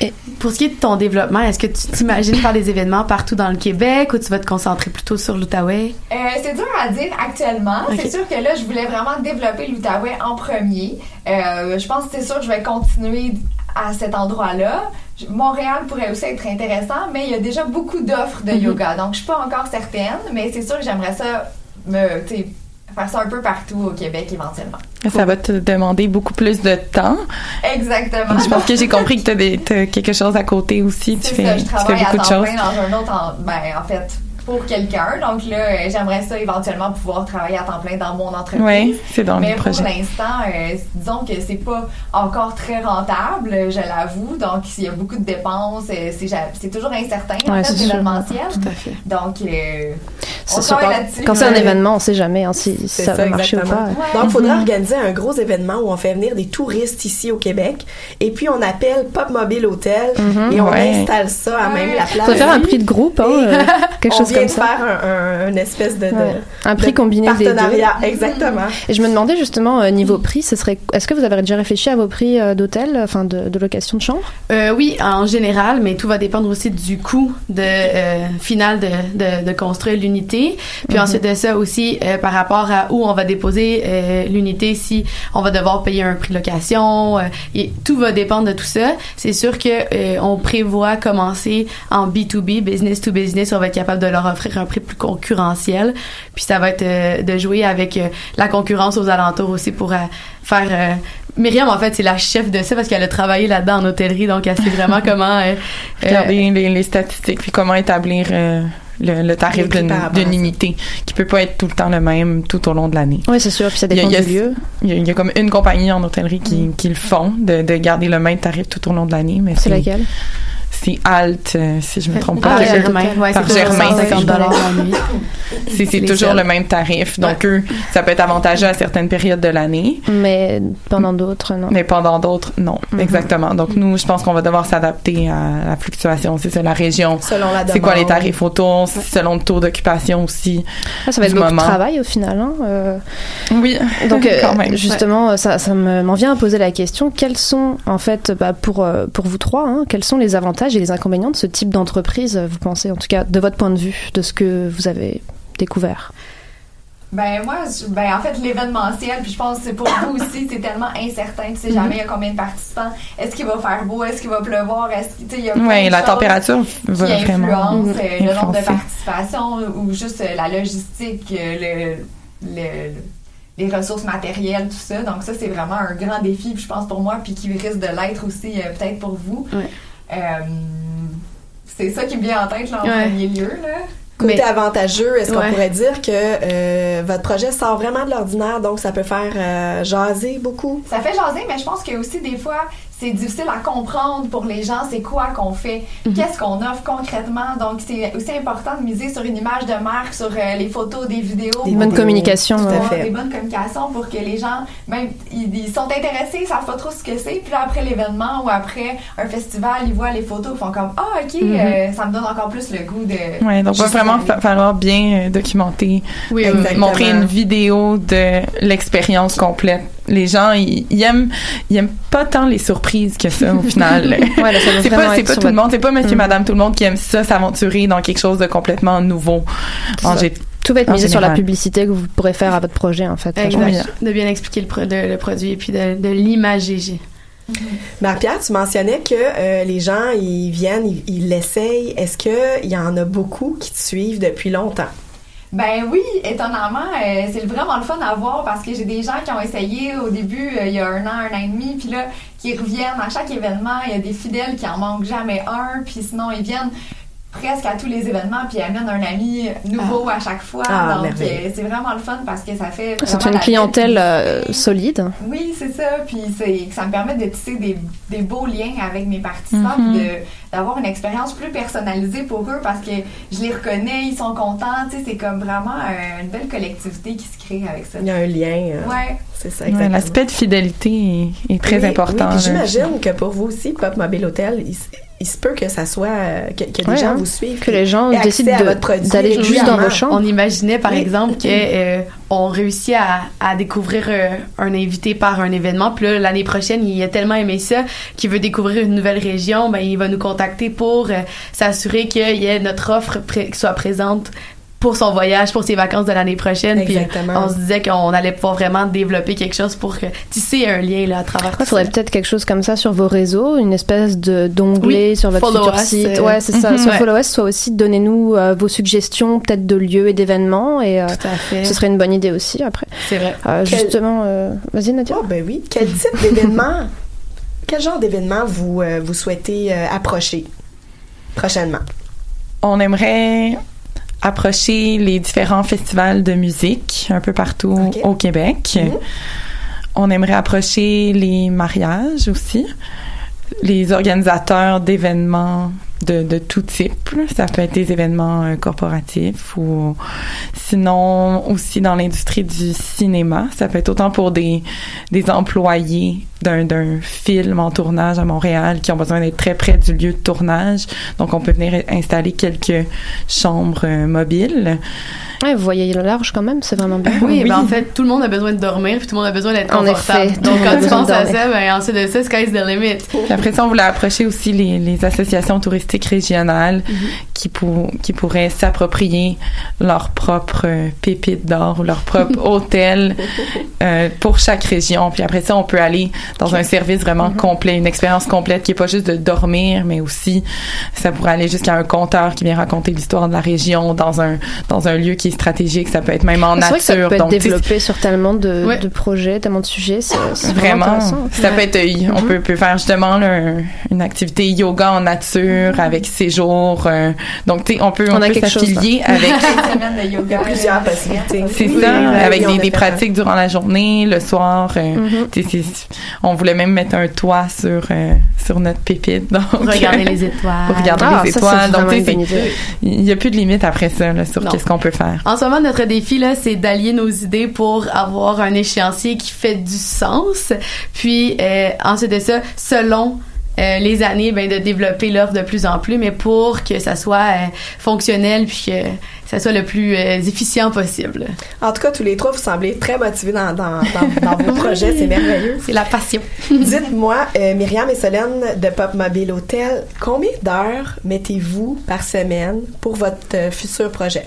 I: Et pour ce qui est de ton développement, est-ce que tu t'imagines faire des événements partout dans le Québec ou tu vas te concentrer plutôt sur l'Outaouais?
G: Euh, c'est dur à dire actuellement. Okay. C'est sûr que là, je voulais vraiment développer l'Outaouais en premier. Euh, je pense que c'est sûr que je vais continuer à cet endroit-là. Montréal pourrait aussi être intéressant, mais il y a déjà beaucoup d'offres de mm-hmm. yoga. Donc, je suis pas encore certaine, mais c'est sûr que j'aimerais ça me, tu sais, faire ça un peu partout au Québec éventuellement.
H: Ça va te demander beaucoup plus de temps.
G: Exactement.
H: Je pense que j'ai compris que t'as, des, t'as quelque chose à côté aussi.
G: C'est
H: tu fais,
G: ça, je travaille
H: tu fais beaucoup
G: à
H: de
G: temps
H: choses.
G: plein dans un autre, en, ben en fait, pour quelqu'un. Donc là, j'aimerais ça éventuellement pouvoir travailler à temps plein dans mon entreprise.
H: Oui, c'est dans
G: Mais
H: le projet.
G: pour l'instant, euh, disons que c'est pas encore très rentable, je l'avoue. Donc, il y a beaucoup de dépenses. C'est, c'est toujours incertain, en
E: ouais,
G: fait, l'événementiel.
E: Tout à fait.
G: Donc, euh, on
E: c'est
G: travaille
E: pas,
G: là-dessus.
E: quand c'est un événement, on sait jamais hein, si
F: c'est
E: ça,
F: ça
E: va marcher ou pas.
F: Ouais. Donc, il faudrait mm-hmm. organiser un gros événement où on fait venir des touristes ici au Québec. Et puis, on appelle Pop Mobile Hotel mm-hmm. et on
H: ouais.
F: installe ça à ouais. même la place.
E: On va faire un prix de groupe, hein, euh, quelque chose comme ça.
F: On vient de faire un, un, une espèce de, de
E: ouais. un prix
F: de
E: combiné
F: partenariat,
E: des deux.
F: Exactement.
E: Et je me demandais justement euh, niveau prix, ce serait, est-ce que vous avez déjà réfléchi à vos prix euh, d'hôtel, enfin de, de location de chambre?
I: Euh, oui, en général, mais tout va dépendre aussi du coût de euh, final de, de, de construire l'unité. Puis mm-hmm. ensuite de ça aussi, euh, par rapport à où on va déposer euh, l'unité, si on va devoir payer un prix de location, euh, et tout va dépendre de tout ça. C'est sûr que euh, on prévoit commencer en B deux B, business to business, on va être capable de leur offrir un prix plus concurrentiel. Puis ça va être euh, de jouer avec euh, la concurrence aux alentours aussi pour euh, faire... Euh, Myriam, en fait, c'est la chef de ça parce qu'elle a travaillé là-dedans en hôtellerie, donc elle sait vraiment comment... Euh,
H: Regarder euh, les, les statistiques, puis comment établir... Euh Le, le tarif d'une, d'une unité qui peut pas être tout le temps le même tout au long de l'année.
E: Oui, c'est sûr, puis ça dépend
H: il y a,
E: du lieu.
H: Il y, a, il y a comme une compagnie en hôtellerie qui, mm. qui le font, de, de garder le même tarif tout au long de l'année. Mais
E: c'est,
H: c'est
E: laquelle?
H: C'est Alt, euh, si je me trompe
I: ah,
H: pas.
I: Germain, ouais,
H: par
I: c'est
H: Germain.
I: cent cinquante dollars la nuit.
H: C'est, c'est toujours seuls. Le même tarif. Donc, ouais. eux, ça peut être avantageux à certaines périodes de l'année.
E: Mais pendant d'autres, non.
H: Mais pendant d'autres, non. Mm-hmm. Exactement. Donc, nous, je pense qu'on va devoir s'adapter à la fluctuation. C'est ça, la région.
F: Selon la demande.
H: C'est quoi les tarifs autour, ouais. selon le taux d'occupation aussi.
E: Ah, ça va être beaucoup
H: moment.
E: de travail au final. Hein, euh...
H: Oui,
E: donc euh,
H: quand même.
E: Justement, ouais. ça, ça me, m'en vient à poser la question. Quels sont, en fait, bah, pour, pour vous trois, hein, quels sont les avantages et les inconvénients de ce type d'entreprise, vous pensez, en tout cas, de votre point de vue, de ce que vous avez découvert?
G: Ben moi, je, ben en fait l'événementiel, puis je pense que c'est pour vous aussi, c'est tellement incertain, tu sais jamais il y a combien de participants, est-ce qu'il va faire beau, est-ce qu'il va pleuvoir, est-ce qu'il, tu sais, il y a plein
H: ouais,
G: de
H: la
G: choses
H: température va
G: qui
H: vraiment
G: influence euh, le nombre de
H: influencer.
G: participations ou juste euh, la logistique, euh, le, le les ressources matérielles, tout ça. Donc ça c'est vraiment un grand défi, puis je pense pour moi, puis qui risque de l'être aussi euh, peut-être pour vous.
I: Ouais.
G: Euh, c'est ça qui me vient en tête là, en
I: ouais.
G: premier lieu là.
F: Côté
I: mais,
F: avantageux, est-ce
I: ouais.
F: qu'on pourrait dire que euh, votre projet sort vraiment de l'ordinaire, donc ça peut faire euh, jaser beaucoup?
G: Ça fait jaser, mais je pense que aussi des fois, c'est difficile à comprendre pour les gens, c'est quoi qu'on fait, mm-hmm. qu'est-ce qu'on offre concrètement. Donc, c'est aussi important de miser sur une image de marque, sur euh, les photos, des vidéos.
E: Des bonnes communications.
F: Tout à fait.
G: Des bonnes communications pour que les gens, même, ils, ils sont intéressés, ils savent pas trop ce que c'est. Puis là, après l'événement ou après un festival, ils voient les photos, ils font comme « Ah, OK, mm-hmm. euh, ça me donne encore plus le goût de... »
H: Oui, donc il va vraiment fa- falloir bien euh, documenter,
I: oui,
H: euh, montrer une vidéo de l'expérience complète. Les gens, ils, ils aiment ils aiment pas tant les surprises que ça, au final.
E: ouais, là, ça
H: c'est pas, c'est pas tout
E: votre...
H: le monde, c'est pas monsieur,
E: mm.
H: madame, tout le monde qui aime ça, s'aventurer dans quelque chose de complètement nouveau. En
E: gé- tout va être misé sur la publicité que vous pourrez faire à votre projet, en fait.
I: Exact. De bien expliquer le, pro- de, le produit et puis de, de l'imager.
F: Mm-hmm. Marie-Pierre, tu mentionnais que euh, les gens, ils viennent, ils, ils l'essayent. Est-ce qu'il y en a beaucoup qui te suivent depuis longtemps?
G: Ben oui, étonnamment, euh, c'est vraiment le fun à voir parce que j'ai des gens qui ont essayé au début, euh, il y a un an, un an et demi, puis là, qui reviennent à chaque événement. Il y a des fidèles qui en manquent jamais un, puis sinon, ils viennent presque à tous les événements, puis ils amènent un ami nouveau ah. à chaque fois.
F: Ah,
G: donc, euh, c'est vraiment le fun parce que ça fait...
E: Ça te fait une clientèle euh, solide.
G: Oui, c'est ça. Puis c'est, ça me permet de tisser des, des beaux liens avec mes participants,
E: mm-hmm.
G: puis de, d'avoir une expérience plus personnalisée pour eux parce que je les reconnais, ils sont contents. Tu sais, c'est comme vraiment euh, une belle collectivité qui se crée avec ça.
F: Il y a un lien. Euh,
G: ouais.
F: C'est ça, exactement.
H: Ouais, l'aspect de fidélité est, est très
F: oui,
H: important.
F: Oui, puis j'imagine que pour vous aussi, Pop Mobile Hotel, il, il se peut que ça soit euh, que, que des
E: ouais,
F: gens
E: hein,
F: vous suivent,
E: que les gens décident de, d'aller juste dans vos chambres.
I: On imaginait par oui. exemple que euh, on réussit à, à découvrir euh, un invité par un événement, puis là l'année prochaine il a tellement aimé ça qu'il veut découvrir une nouvelle région, ben il va nous contacter pour euh, s'assurer qu'il y ait notre offre pré- qui soit présente pour son voyage, pour ses vacances de l'année prochaine. Exactement. Puis on se disait qu'on allait pouvoir vraiment développer quelque chose pour que, tisser un lien là, à travers
E: Il faudrait peut-être quelque chose comme ça sur vos réseaux, une espèce de, d'onglet oui, sur votre futur us, site. Euh... Ouais, c'est ça. Mm-hmm, sur ouais. Follow Us, soit aussi donnez-nous euh, vos suggestions peut-être de lieux et d'événements. Et, euh, Tout à fait. Ce serait une bonne idée aussi après.
I: C'est vrai.
E: Euh, Quel... Justement, euh... vas-y Nadia.
F: Oh, ben oui. Quel type d'événement, quel genre d'événement vous, euh, vous souhaitez euh, approcher prochainement?
H: On aimerait approcher les différents festivals de musique un peu partout okay. au Québec. Mm-hmm. On aimerait approcher les mariages aussi, les organisateurs d'événements de, de tout type. Ça peut être des événements euh, corporatifs ou sinon aussi dans l'industrie du cinéma. Ça peut être autant pour des, des employés d'un, d'un film en tournage à Montréal qui ont besoin d'être très près du lieu de tournage. Donc, on peut venir installer quelques chambres euh, mobiles.
E: Ouais, vous voyez le large quand même, c'est vraiment bien.
I: Oui, oui. Ben en fait, tout le monde a besoin de dormir, puis tout le monde a besoin d'être confortable. En effet, donc, quand tu penses à ça, ben ensuite de ça, sky's the limit.
H: Puis après ça, on voulait approcher aussi les, les associations touristiques régionales mm-hmm. qui, pour, qui pourraient s'approprier leur propre euh, pépite d'or ou leur propre hôtel euh, pour chaque région. Puis après ça, on peut aller dans un service vraiment mm-hmm. complet, une expérience complète qui est pas juste de dormir, mais aussi, ça pourrait aller jusqu'à un conteur qui vient raconter l'histoire de la région dans un, dans un lieu qui est stratégique, ça peut être même en
E: c'est
H: nature.
E: Vrai que ça peut être
H: donc,
E: développé sur tellement de, ouais. de projets, tellement de sujets, c'est, c'est vraiment, vraiment intéressant.
H: Ça ouais. peut être, mm-hmm. on peut, peut faire justement là, une activité yoga en nature mm-hmm. avec séjour. Euh, donc, tu sais, on peut, on, on peut s'affilier avec
F: Il y a plusieurs possibilités.
H: C'est oui, ça, oui, avec oui, des, des pratiques durant la journée, le soir. Euh, mm-hmm. c'est, on voulait même mettre un toit sur euh, sur notre pépite. Donc,
I: pour regarder les étoiles.
H: Pour regarder ah, les ça, étoiles. Donc, tu sais, il n'y a plus de limite après ça là, sur non. qu'est-ce qu'on peut faire.
I: En ce moment, notre défi, là, c'est d'allier nos idées pour avoir un échéancier qui fait du sens. Puis, euh, ensuite de ça, selon euh, les années, ben, de développer l'offre de plus en plus, mais pour que ça soit euh, fonctionnel puis que ça soit le plus euh, efficient possible.
F: En tout cas, tous les trois, vous semblez très motivés dans, dans, dans, dans vos projets. C'est merveilleux.
I: C'est la passion.
F: Dites-moi, euh, Myriam et Solène de Pop Mobile Hotel, combien d'heures mettez-vous par semaine pour votre euh, futur projet?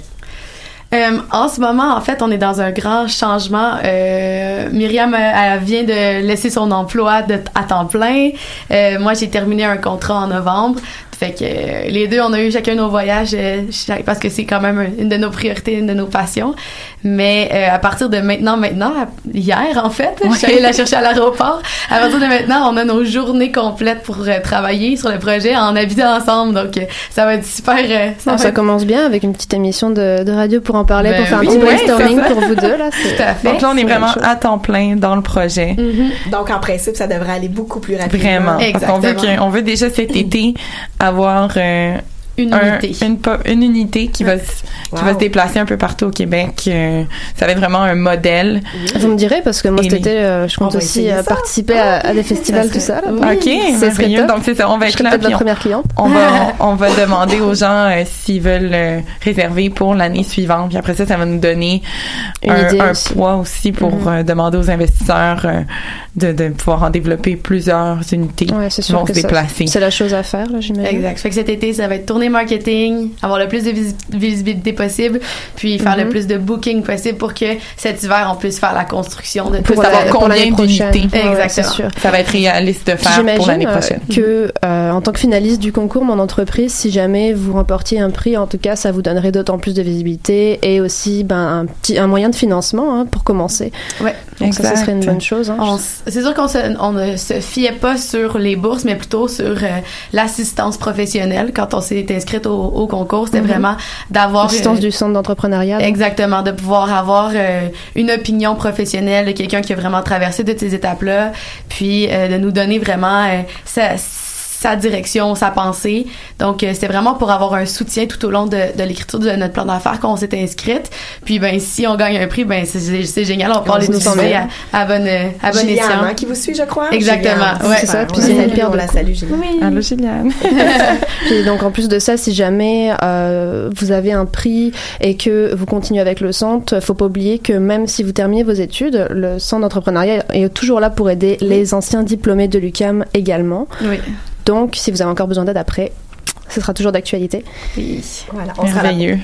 I: Euh, en ce moment, en fait, on est dans un grand changement. Euh, Myriam, elle vient de laisser son emploi de, à temps plein. Euh, moi, j'ai terminé un contrat en novembre. Fait que euh, les deux, on a eu chacun nos voyages euh, parce que c'est quand même une de nos priorités, une de nos passions. Mais euh, à partir de maintenant, maintenant, hier en fait, ouais. je suis allée la chercher à l'aéroport. À partir de maintenant, on a nos journées complètes pour euh, travailler sur le projet en habitant ensemble. Donc, euh, ça va être super. Euh,
E: ça,
I: non,
E: ça
I: être...
E: commence bien avec une petite émission de, de radio pour en parler,
I: ben,
E: pour faire
I: oui,
E: un petit
I: ouais,
E: brainstorming pour vous deux. Là,
H: c'est... Tout à fait. Donc là, on est vraiment à temps plein dans le projet.
F: Mm-hmm. Donc, en principe, ça devrait aller beaucoup plus rapidement.
H: Vraiment. Exactement. Parce qu'on veut, qu'on veut déjà cet été avoir euh,
I: une
H: un,
I: unité,
H: une, une unité qui va qui wow. va se déplacer un peu partout au Québec. Euh, ça va être vraiment un modèle.
E: Oui. Vous me direz parce que moi cet été, euh, je compte aussi euh, participer à, à des festivals tout ça. Là.
H: Oui. Ok, c'est merveilleux. Donc c'est ça, on va être là.
E: Peut-être la première cliente.
H: On va on va demander aux gens euh, s'ils veulent euh, réserver pour l'année suivante. Puis après ça, ça va nous donner
E: une
H: un,
E: idée
H: un
E: aussi.
H: poids aussi pour mm-hmm. euh, demander aux investisseurs euh, de, de pouvoir en développer plusieurs unités
E: ouais, c'est sûr
H: qui vont
E: que
H: se déplacer.
E: Ça, c'est la chose à faire, là, j'imagine.
I: Exact. Fait que cet été, ça va être tournée marketing, avoir le plus de vis- visibilité possible, puis faire mm-hmm. le plus de booking possible pour que cet hiver, on puisse faire la construction de
H: pour savoir combien d'unités.
I: Exactement.
H: Ouais, c'est sûr. Ça va être réaliste de faire
E: j'imagine
H: pour l'année prochaine.
E: Euh, que, euh, en tant que finaliste du concours Mon Entreprise, si jamais vous remportiez un prix, en tout cas, ça vous donnerait d'autant plus de visibilité et aussi ben, un, petit, un moyen de financement hein, pour commencer.
I: Ouais.
E: Donc exact. Ça, ça serait une bonne chose. Hein.
I: On, c'est sûr qu'on se, on ne se fiait pas sur les bourses, mais plutôt sur euh, l'assistance professionnelle. Quand on s'est inscrite au, au concours, c'était mm-hmm. vraiment d'avoir...
E: L'assistance
I: euh,
E: du centre d'entrepreneuriat. Donc.
I: Exactement, de pouvoir avoir euh, une opinion professionnelle de quelqu'un qui a vraiment traversé toutes ces étapes-là, puis euh, de nous donner vraiment... Euh, ça, sa direction, sa pensée. Donc, euh, c'est vraiment pour avoir un soutien tout au long de, de l'écriture de notre plan d'affaires qu'on s'est inscrite. Puis, ben, si on gagne un prix, ben, c'est, c'est génial. On pourra les utiliser à, à bonne, à bonne
F: Gilliane,
I: escient.
F: hein, qui vous suit, je crois.
I: Exactement.
F: Gilliane,
I: Ouais.
E: C'est ça. Puis
F: Ouais.
E: c'est une pierre de
F: la
E: coups.
F: salue, Gilliane.
I: Oui.
H: Allô, Gilliane.
E: Puis donc en plus de ça, si jamais euh, vous avez un prix et que vous continuez avec le centre, faut pas oublier que même si vous terminez vos études, le centre d'entrepreneuriat est toujours là pour aider les anciens diplômés de l'U Q A M également.
I: Oui.
E: Donc si vous avez encore besoin d'aide après, ce sera toujours d'actualité.
I: Oui.
F: Voilà, on sera là.
H: Merveilleux.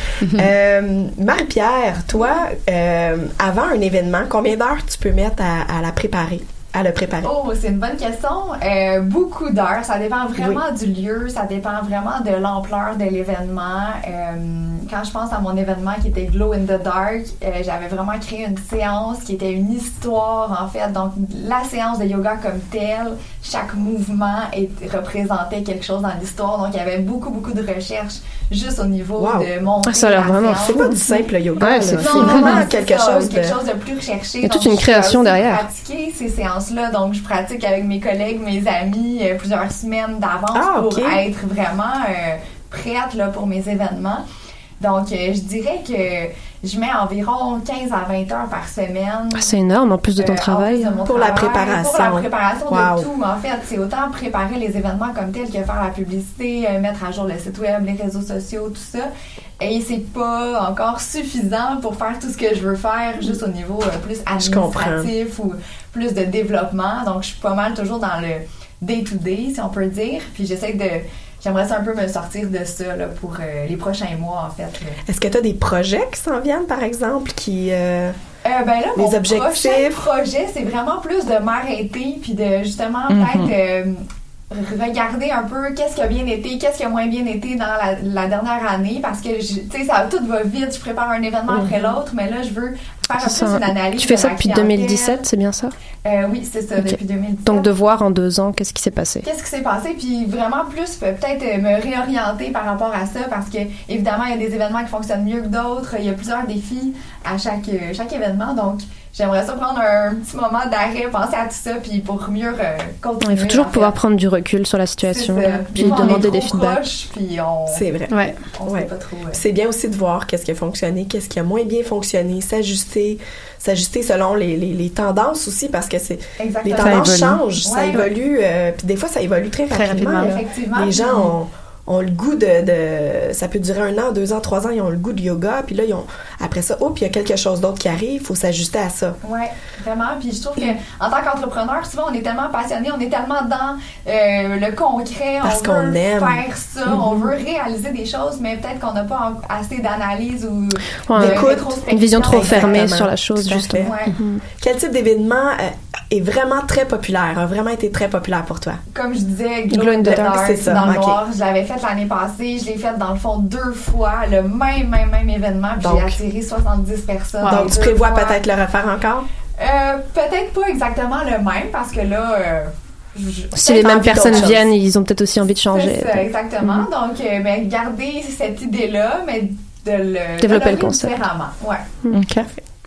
F: Euh, Marie-Pierre, toi, euh, avant un événement, combien d'heures tu peux mettre à, à la préparer, à le préparer?
G: Oh, c'est une bonne question. Euh, beaucoup d'heures. Ça dépend vraiment oui. du lieu, ça dépend vraiment de l'ampleur de l'événement. Euh, quand je pense à mon événement qui était Glow in the Dark, euh, j'avais vraiment créé une séance qui était une histoire, en fait. Donc, la séance de yoga comme telle, chaque mouvement est, représentait quelque chose dans l'histoire. Donc, il y avait beaucoup, beaucoup de recherche juste au niveau
F: wow.
G: de mon
E: Ça a l'air vraiment
F: fou. C'est pas du simple yoga.
E: Ouais, c'est
G: fou.
F: vraiment
G: Non,
F: quelque
G: ça,
F: chose,
G: quelque
F: de...
G: chose de plus recherché.
E: Il y a toute
G: donc,
E: une création
G: je
E: derrière.
G: pratiquer ces séances-là. Donc, je pratique avec mes collègues, mes amis, euh, plusieurs semaines d'avance
F: ah,
G: pour
F: okay.
G: être vraiment euh, prête là, pour mes événements. Donc, euh, je dirais que je mets environ quinze à vingt heures par semaine.
E: Ah, c'est énorme, en plus de ton
G: euh,
E: travail.
G: De mon
F: pour
G: travail,
F: la préparation.
G: Pour la préparation
F: wow.
G: de tout. Mais en fait, c'est autant préparer les événements comme tels que faire la publicité, euh, mettre à jour le site web, les réseaux sociaux, tout ça. Et c'est pas encore suffisant pour faire tout ce que je veux faire, juste au niveau euh, plus administratif ou plus de développement. Donc, je suis pas mal toujours dans le day-to-day, si on peut dire. Puis j'essaie de... J'aimerais ça un peu me sortir de ça là, pour euh, les prochains mois, en fait. Là.
F: Est-ce que tu as des projets qui s'en viennent, par exemple, qui... Euh...
G: Euh, ben là,
F: les
G: mon
F: objectifs.
G: prochain projet, c'est vraiment plus de m'arrêter puis de justement
H: Mm-hmm.
G: peut-être euh, regarder un peu qu'est-ce qui a bien été, qu'est-ce qui a moins bien été dans la, la dernière année, parce que, tu sais, ça tout va vite. Je prépare un événement mm-hmm. après l'autre, mais là, je veux faire un peu une analyse.
E: Tu fais ça
G: de
E: depuis
G: clientèle.
E: deux mille dix-sept, c'est bien ça?
G: Euh, oui, c'est ça,
E: okay.
G: depuis deux mille dix-sept.
E: Donc, de voir en deux ans qu'est-ce qui s'est passé.
G: Qu'est-ce qui s'est passé, puis vraiment plus peut-être me réorienter par rapport à ça, parce que évidemment, il y a des événements qui fonctionnent mieux que d'autres. Il y a plusieurs défis à chaque, chaque événement, donc j'aimerais ça prendre un petit moment d'arrêt, penser à tout ça, puis pour mieux euh, continuer.
E: Il faut toujours pouvoir prendre du recul sur la situation, là, puis
G: des
E: demander des feedbacks.
G: Proche, puis on,
F: c'est vrai.
I: Ouais.
G: On
F: ouais.
G: sait pas trop. Ouais.
F: C'est bien aussi de voir qu'est-ce qui a fonctionné, qu'est-ce qui a moins bien fonctionné, s'ajuster, s'ajuster selon les, les, les tendances aussi, parce que c'est
G: exactement.
F: les tendances
H: ça
F: changent,
G: ouais,
F: ça évolue, euh, puis des fois ça évolue très,
I: très
F: rapidement.
I: rapidement
G: effectivement.
F: Les gens ont ont le goût de, de... Ça peut durer un an, deux ans, trois ans, ils ont le goût de yoga, puis là, ils ont... Après ça, oh, puis il y a quelque chose d'autre qui arrive, il faut s'ajuster à ça.
G: Oui, vraiment. Puis je trouve qu'en tant qu'entrepreneur, souvent, on est tellement passionné, on est tellement dans euh, le concret,
F: Parce
G: on
F: qu'on
G: veut
F: aime.
G: faire ça, mm-hmm. on veut réaliser des choses, mais peut-être qu'on n'a pas assez d'analyse ou
E: ouais,
G: de
E: écoute, une vision trop fermée
F: Exactement.
E: sur la chose,
F: Tout
E: justement.
G: Ouais.
F: Mm-hmm. Quel type d'événement euh, est vraiment très populaire, a vraiment été très populaire pour toi?
G: Comme je disais,
E: Glow
G: Glow
E: in
G: in
E: the
G: the
E: Dark,
G: Dark,
F: c'est ça.
G: dans le
F: Okay.
G: noir. Je l'avais fait l'année passée, je l'ai fait dans le fond deux fois, le même, même, même événement, puis
F: Donc,
G: j'ai attiré soixante-dix personnes.
F: Donc, tu prévois fois. peut-être le refaire encore?
G: Euh, peut-être pas exactement le même, parce que là... Euh, Je,
E: si les mêmes personnes viennent, ils ont peut-être aussi envie de changer.
G: C'est ça, exactement. Mm-hmm. Donc, euh, ben, garder cette idée-là, mais de le
E: développer
G: de
E: le concept.
G: Différemment. Ouais.
E: Mm. Ok.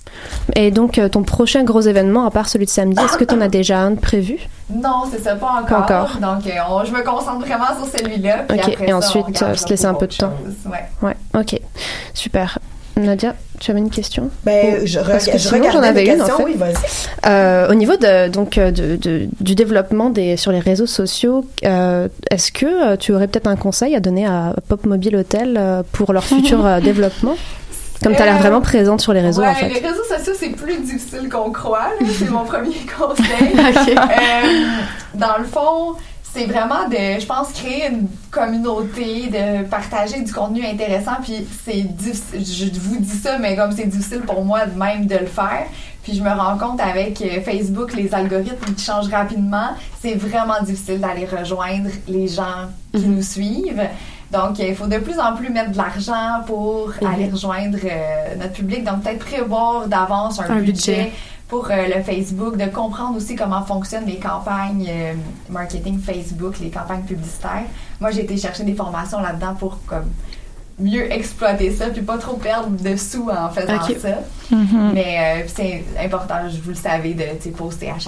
E: Et donc, euh, ton prochain gros événement, à part celui de samedi, est-ce que tu en as déjà un de prévu?
G: Non, c'est ça, pas encore.
E: Pas encore.
G: Donc, euh, on, je me concentre vraiment sur celui-là. Puis
E: ok.
G: après
E: Et
G: ça,
E: ensuite, euh, se laisser un peu de temps.
G: Ouais.
E: Ouais. Ok. Super. Nadia, tu avais une question?
F: Ben, je,
E: Parce que
F: je
E: sinon,
F: regardais
E: j'en avais
F: les
E: une, en
F: questions.
E: fait.
F: Oui, vas-y.
E: Euh, au niveau de, donc, de, de, du développement des, sur les réseaux sociaux, euh, est-ce que tu aurais peut-être un conseil à donner à Pop Mobile Hotel euh, pour leur futur euh, développement? Comme tu as l'air
G: Euh,
E: vraiment présente sur les réseaux,
G: ouais,
E: en fait.
G: les réseaux sociaux, c'est plus difficile qu'on croit. Là. C'est mon premier conseil.
E: Okay.
G: Euh, dans le fond, c'est vraiment de, je pense, créer une communauté, de partager du contenu intéressant. Puis c'est difficile, je vous dis ça, mais comme c'est difficile pour moi de même de le faire. Puis je me rends compte avec Facebook, les algorithmes qui changent rapidement, c'est vraiment difficile d'aller rejoindre les gens qui mm-hmm. nous suivent. Donc, il faut de plus en plus mettre de l'argent pour mm-hmm. aller rejoindre euh, notre public. Donc, peut-être prévoir d'avance un, un budget, budget pour euh, le Facebook, de comprendre aussi comment fonctionnent les campagnes euh, marketing Facebook, les campagnes publicitaires. Moi, j'ai été chercher des formations là-dedans pour comme mieux exploiter ça, puis pas trop perdre de sous en faisant okay. ça. Mm-hmm. Mais euh, c'est important, vous le savez, de poster à chaque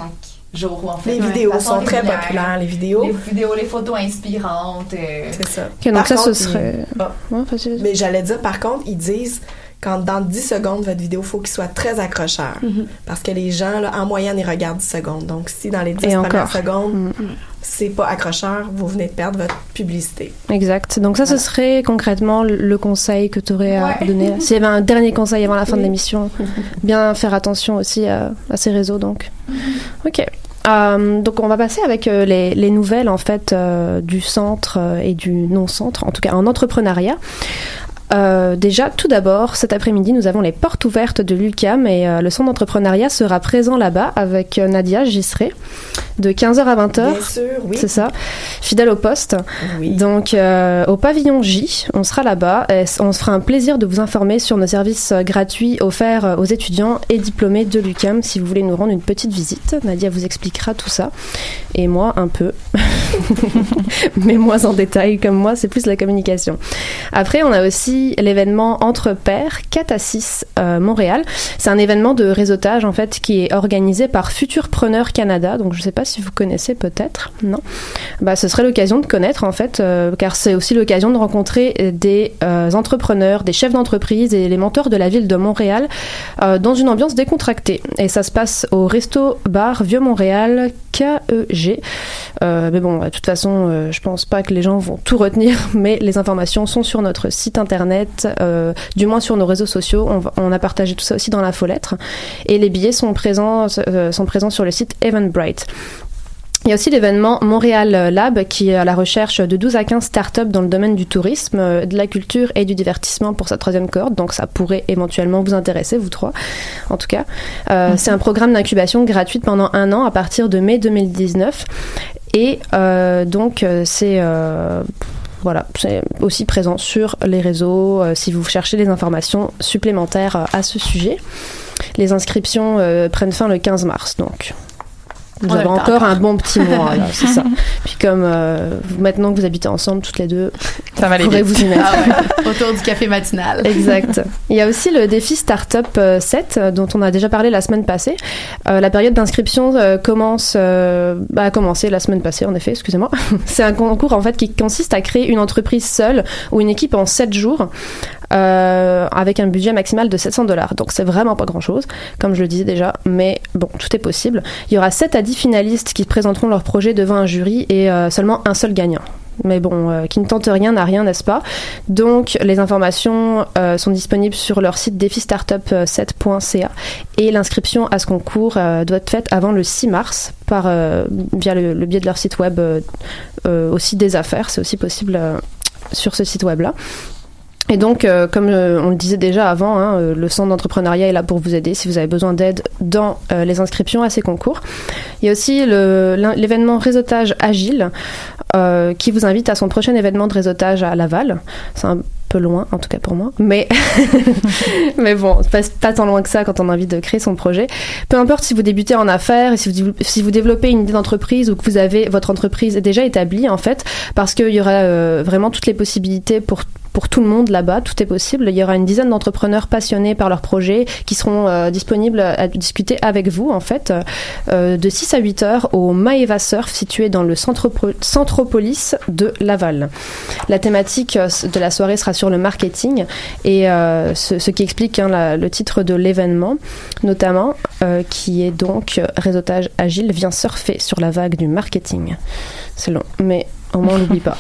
G: jour où on fait
F: les
G: de
F: vidéos
G: façon
F: sont très
G: régulière.
F: populaires, les vidéos.
G: Les vidéos, les photos inspirantes. Euh...
F: C'est ça.
E: Okay, donc ça,
F: contre,
E: ce serait...
F: ils... ah.
E: ouais, facile.
F: Mais j'allais dire, par contre, ils disent quand dans dix secondes, votre vidéo, il faut qu'il soit très accrocheur. Mm-hmm. Parce que les gens, là, en moyenne, ils regardent dix secondes. Donc, si dans les dix premières encore. secondes, mm-hmm. c'est pas accrocheur, vous venez de perdre votre publicité.
E: Exact. Donc ça, voilà. Ce serait concrètement le conseil que tu aurais ouais. à donner. S'il y avait un dernier conseil avant la fin oui. de l'émission, bien faire attention aussi à, à ces réseaux. Donc, mm-hmm. OK. Euh, donc on va passer avec euh, les, les nouvelles en fait euh, du centre euh, et du non-centre, en tout cas en entrepreneuriat. Euh, déjà, tout d'abord, cet après-midi, nous avons les portes ouvertes de l'U Q A M et euh, le centre d'entrepreneuriat sera présent là-bas avec euh, Nadia Gisseré de quinze heures à vingt heures.
F: Bien sûr, oui.
E: C'est ça, fidèle au poste.
F: Oui.
E: Donc, euh, au pavillon J, on sera là-bas et on se fera un plaisir de vous informer sur nos services euh, gratuits offerts euh, aux étudiants et diplômés de l'U Q A M si vous voulez nous rendre une petite visite. Nadia vous expliquera tout ça. Et moi, un peu. Mais moins en détail, comme moi, c'est plus la communication. Après, on a aussi l'événement Entre Pairs quatre à six euh, Montréal. C'est un événement de réseautage en fait qui est organisé par Futurpreneur Canada. Donc je ne sais pas si vous connaissez peut-être. Non. Bah ce serait l'occasion de connaître en fait euh, car c'est aussi l'occasion de rencontrer des euh, entrepreneurs, des chefs d'entreprise et les mentors de la ville de Montréal euh, dans une ambiance décontractée. Et ça se passe au Resto Bar Vieux Montréal K E G. Euh, mais bon, de toute façon, euh, je pense pas que les gens vont tout retenir, mais les informations sont sur notre site internet. Euh, du moins sur nos réseaux sociaux, on, va, on a partagé tout ça aussi dans l'infolettre et les billets sont présents, euh, sont présents sur le site Eventbrite. Il y a aussi l'événement Montréal Lab qui est à la recherche de douze à quinze startups dans le domaine du tourisme, de la culture et du divertissement pour sa troisième cohorte. Donc ça pourrait éventuellement vous intéresser, vous trois, en tout cas. Euh, mm-hmm. C'est un programme d'incubation gratuite pendant un an à partir de mai deux mille dix-neuf. Et euh, donc c'est... Euh, Voilà, c'est aussi présent sur les réseaux euh, si vous cherchez des informations supplémentaires euh, à ce sujet. Les inscriptions euh, prennent fin le quinze mars, donc vous avez encore un bon petit mois, là, c'est ça. Puis comme euh, maintenant que vous habitez ensemble, toutes les deux,
H: ça va
E: vous pourrez vous y mettre.
I: Ah ouais. Autour du café matinal.
E: Exact. Il y a aussi le défi Startup sept, dont on a déjà parlé la semaine passée. Euh, la période d'inscription euh, commence, euh, bah, a commencé la semaine passée, en effet, excusez-moi. C'est un concours, en fait, qui consiste à créer une entreprise seule ou une équipe en sept jours. Euh, avec un budget maximal de sept cents dollars. Donc c'est vraiment pas grand chose, comme je le disais déjà, mais bon, tout est possible. Il y aura sept à dix finalistes qui présenteront leur projet devant un jury et euh, seulement un seul gagnant. Mais bon, euh, qui ne tente rien n'a rien, n'est-ce pas? Donc les informations euh, sont disponibles sur leur site défi startup sept point c a et l'inscription à ce concours euh, doit être faite avant le six mars par, euh, via le, le biais de leur site web euh, euh, aussi des affaires. C'est aussi possible euh, sur ce site web-là. Et donc, euh, comme euh, on le disait déjà avant, hein, euh, le centre d'entrepreneuriat est là pour vous aider si vous avez besoin d'aide dans euh, les inscriptions à ces concours. Il y a aussi le, l'événement Réseautage Agile euh, qui vous invite à son prochain événement de réseautage à Laval. C'est un peu loin, en tout cas pour moi, mais mais bon, pas, pas tant loin que ça quand on a envie de créer son projet. Peu importe si vous débutez en affaires et si vous, si vous développez une idée d'entreprise ou que vous avez votre entreprise déjà établie, en fait, parce qu'il y aura euh, vraiment toutes les possibilités pour pour tout le monde là-bas, tout est possible. Il y aura une dizaine d'entrepreneurs passionnés par leur projet qui seront euh, disponibles à discuter avec vous, en fait, euh, de six à huit heures au Maeva Surf, situé dans le centropo- Centropolis de Laval. La thématique de la soirée sera sur le marketing et euh, ce, ce qui explique hein, la, le titre de l'événement, notamment, euh, qui est donc « Réseautage agile vient surfer sur la vague du marketing ». C'est long, mais au moins on l'oublie pas.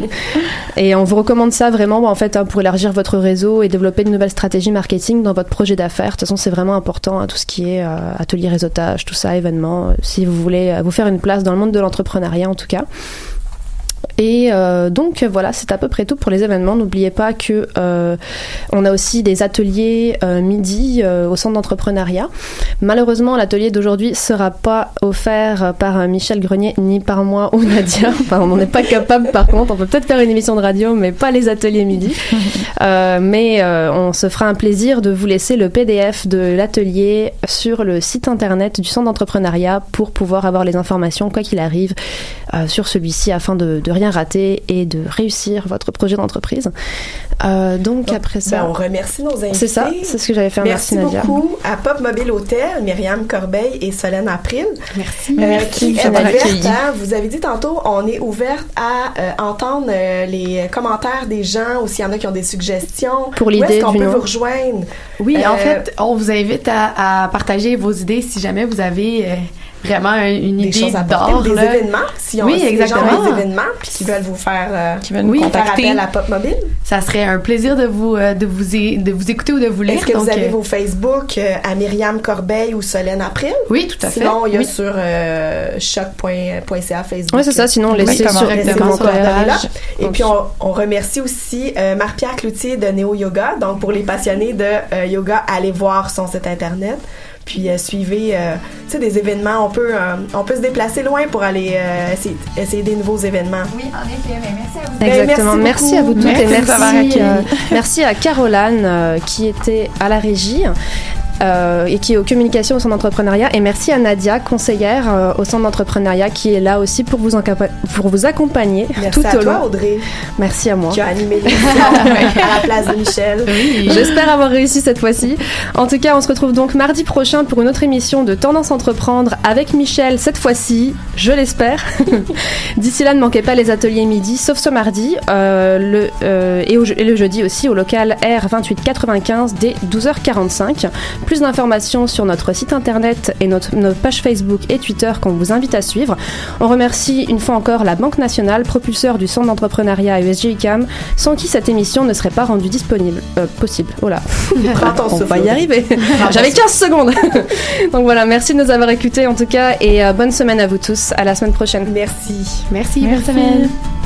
E: Et on vous recommande ça vraiment en fait hein, pour élargir votre réseau et développer de nouvelles stratégies marketing dans votre projet d'affaires. De toute façon, c'est vraiment important hein, tout ce qui est euh, atelier réseautage, tout ça, événements, euh, si vous voulez euh, vous faire une place dans le monde de l'entrepreneuriat en tout cas. Et euh, donc voilà, c'est à peu près tout pour les événements. N'oubliez pas que euh, on a aussi des ateliers euh, midi euh, au centre d'entrepreneuriat. Malheureusement, l'atelier d'aujourd'hui sera pas offert par euh, Michel Grenier ni par moi ou Nadia. Enfin, on n'en est pas capable. Par contre, on peut peut-être faire une émission de radio, mais pas les ateliers midi. Euh, mais euh, on se fera un plaisir de vous laisser le P D F de l'atelier sur le site internet du centre d'entrepreneuriat pour pouvoir avoir les informations quoi qu'il arrive euh, sur celui-ci afin de, de rien rien rater et de réussir votre projet d'entreprise. Euh, donc, donc après ça,
F: ben on remercie nos invités.
E: C'est ça, c'est ce que j'avais fait.
F: Merci,
E: merci Nadia.
F: beaucoup à Pop Mobile Hotel, Myriam Corbeil et Solène April.
E: Merci.
F: Euh,
E: merci.
F: Qui est ouverte à, vous avez dit tantôt, on est ouverte à euh, entendre euh, les commentaires des gens, ou s'il y en a qui ont des suggestions.
E: Pour l'idée
F: Où est-ce qu'on
E: du
F: peut
E: nom.
F: vous rejoindre?
I: Oui,
F: Euh,
I: en fait, on vous invite à, à partager vos idées si jamais vous avez euh, vraiment une
F: des
I: idée
F: choses à
I: d'or.
F: porter, des
I: là.
F: événements, si on
I: Oui,
F: si
I: exactement.
F: les gens ont des événements puis qui veulent vous faire, euh,
H: Qui veulent
I: oui,
H: nous
F: faire
H: contacter.
F: appel à Pop Mobile.
I: Ça serait un plaisir de vous, euh, de vous, é- de vous écouter ou de vous lire.
F: Est-ce que
I: donc,
F: vous avez
I: euh,
F: vos Facebook euh, à Myriam Corbeil ou Solène April?
I: Oui, tout à fait.
F: Sinon, il y a
I: Oui.
F: sur euh, choc point c a Facebook.
E: Oui, c'est ça. Sinon,
I: Oui,
E: laissez
I: comment
E: sur
I: laissez
E: les
I: comment sur la
E: commentaires.
I: page.
F: Et
E: Donc,
F: puis, on, on remercie aussi euh, Marie-Pierre Cloutier de Néo Yoga. Donc, pour les passionnés de euh, yoga, allez voir son site Internet. Puis, euh, suivez euh, tu sais, des événements. On peut, euh, on peut se déplacer loin pour aller euh, essayer, essayer des nouveaux événements.
G: Oui, en effet. Mais merci à vous.
E: Exactement.
F: Ben,
E: Merci,
F: merci
E: à vous toutes
H: Merci
E: et
H: de nous avoir
E: merci,
H: accueillis.
E: euh, merci à Caroline euh, qui était à la régie. Euh, et qui est aux communications au centre d'entrepreneuriat, et merci à Nadia, conseillère euh, au centre d'entrepreneuriat, qui est là aussi pour vous, encampa- pour vous accompagner
F: Merci
E: tout
F: à
E: au
F: toi,
E: long.
F: Audrey,
E: Merci à moi.
F: qui a animé l'émission à la place de Michel.
E: J'espère avoir réussi cette fois-ci. En tout cas, on se retrouve donc mardi prochain pour une autre émission de Tendance Entreprendre avec Michel, cette fois-ci, je l'espère. D'ici là, ne manquez pas les ateliers midi, sauf ce mardi, euh, le, euh, et, au, et le jeudi aussi, au local R vingt-huit quatre-vingt-quinze dès douze heures quarante-cinq. Plus d'informations sur notre site internet et notre, notre page Facebook et Twitter qu'on vous invite à suivre. On remercie une fois encore la Banque Nationale, propulseur du centre d'entrepreneuriat U S G U C A M, sans qui cette émission ne serait pas rendue disponible. Euh, possible. Oh là.
F: Prends ton
E: On
F: souffle.
E: va y arriver. J'avais quinze secondes. Donc voilà, merci de nous avoir écoutés en tout cas, et euh, bonne semaine à vous tous. À la semaine prochaine.
F: Merci.
I: Merci, bonne
H: Merci.
I: semaine.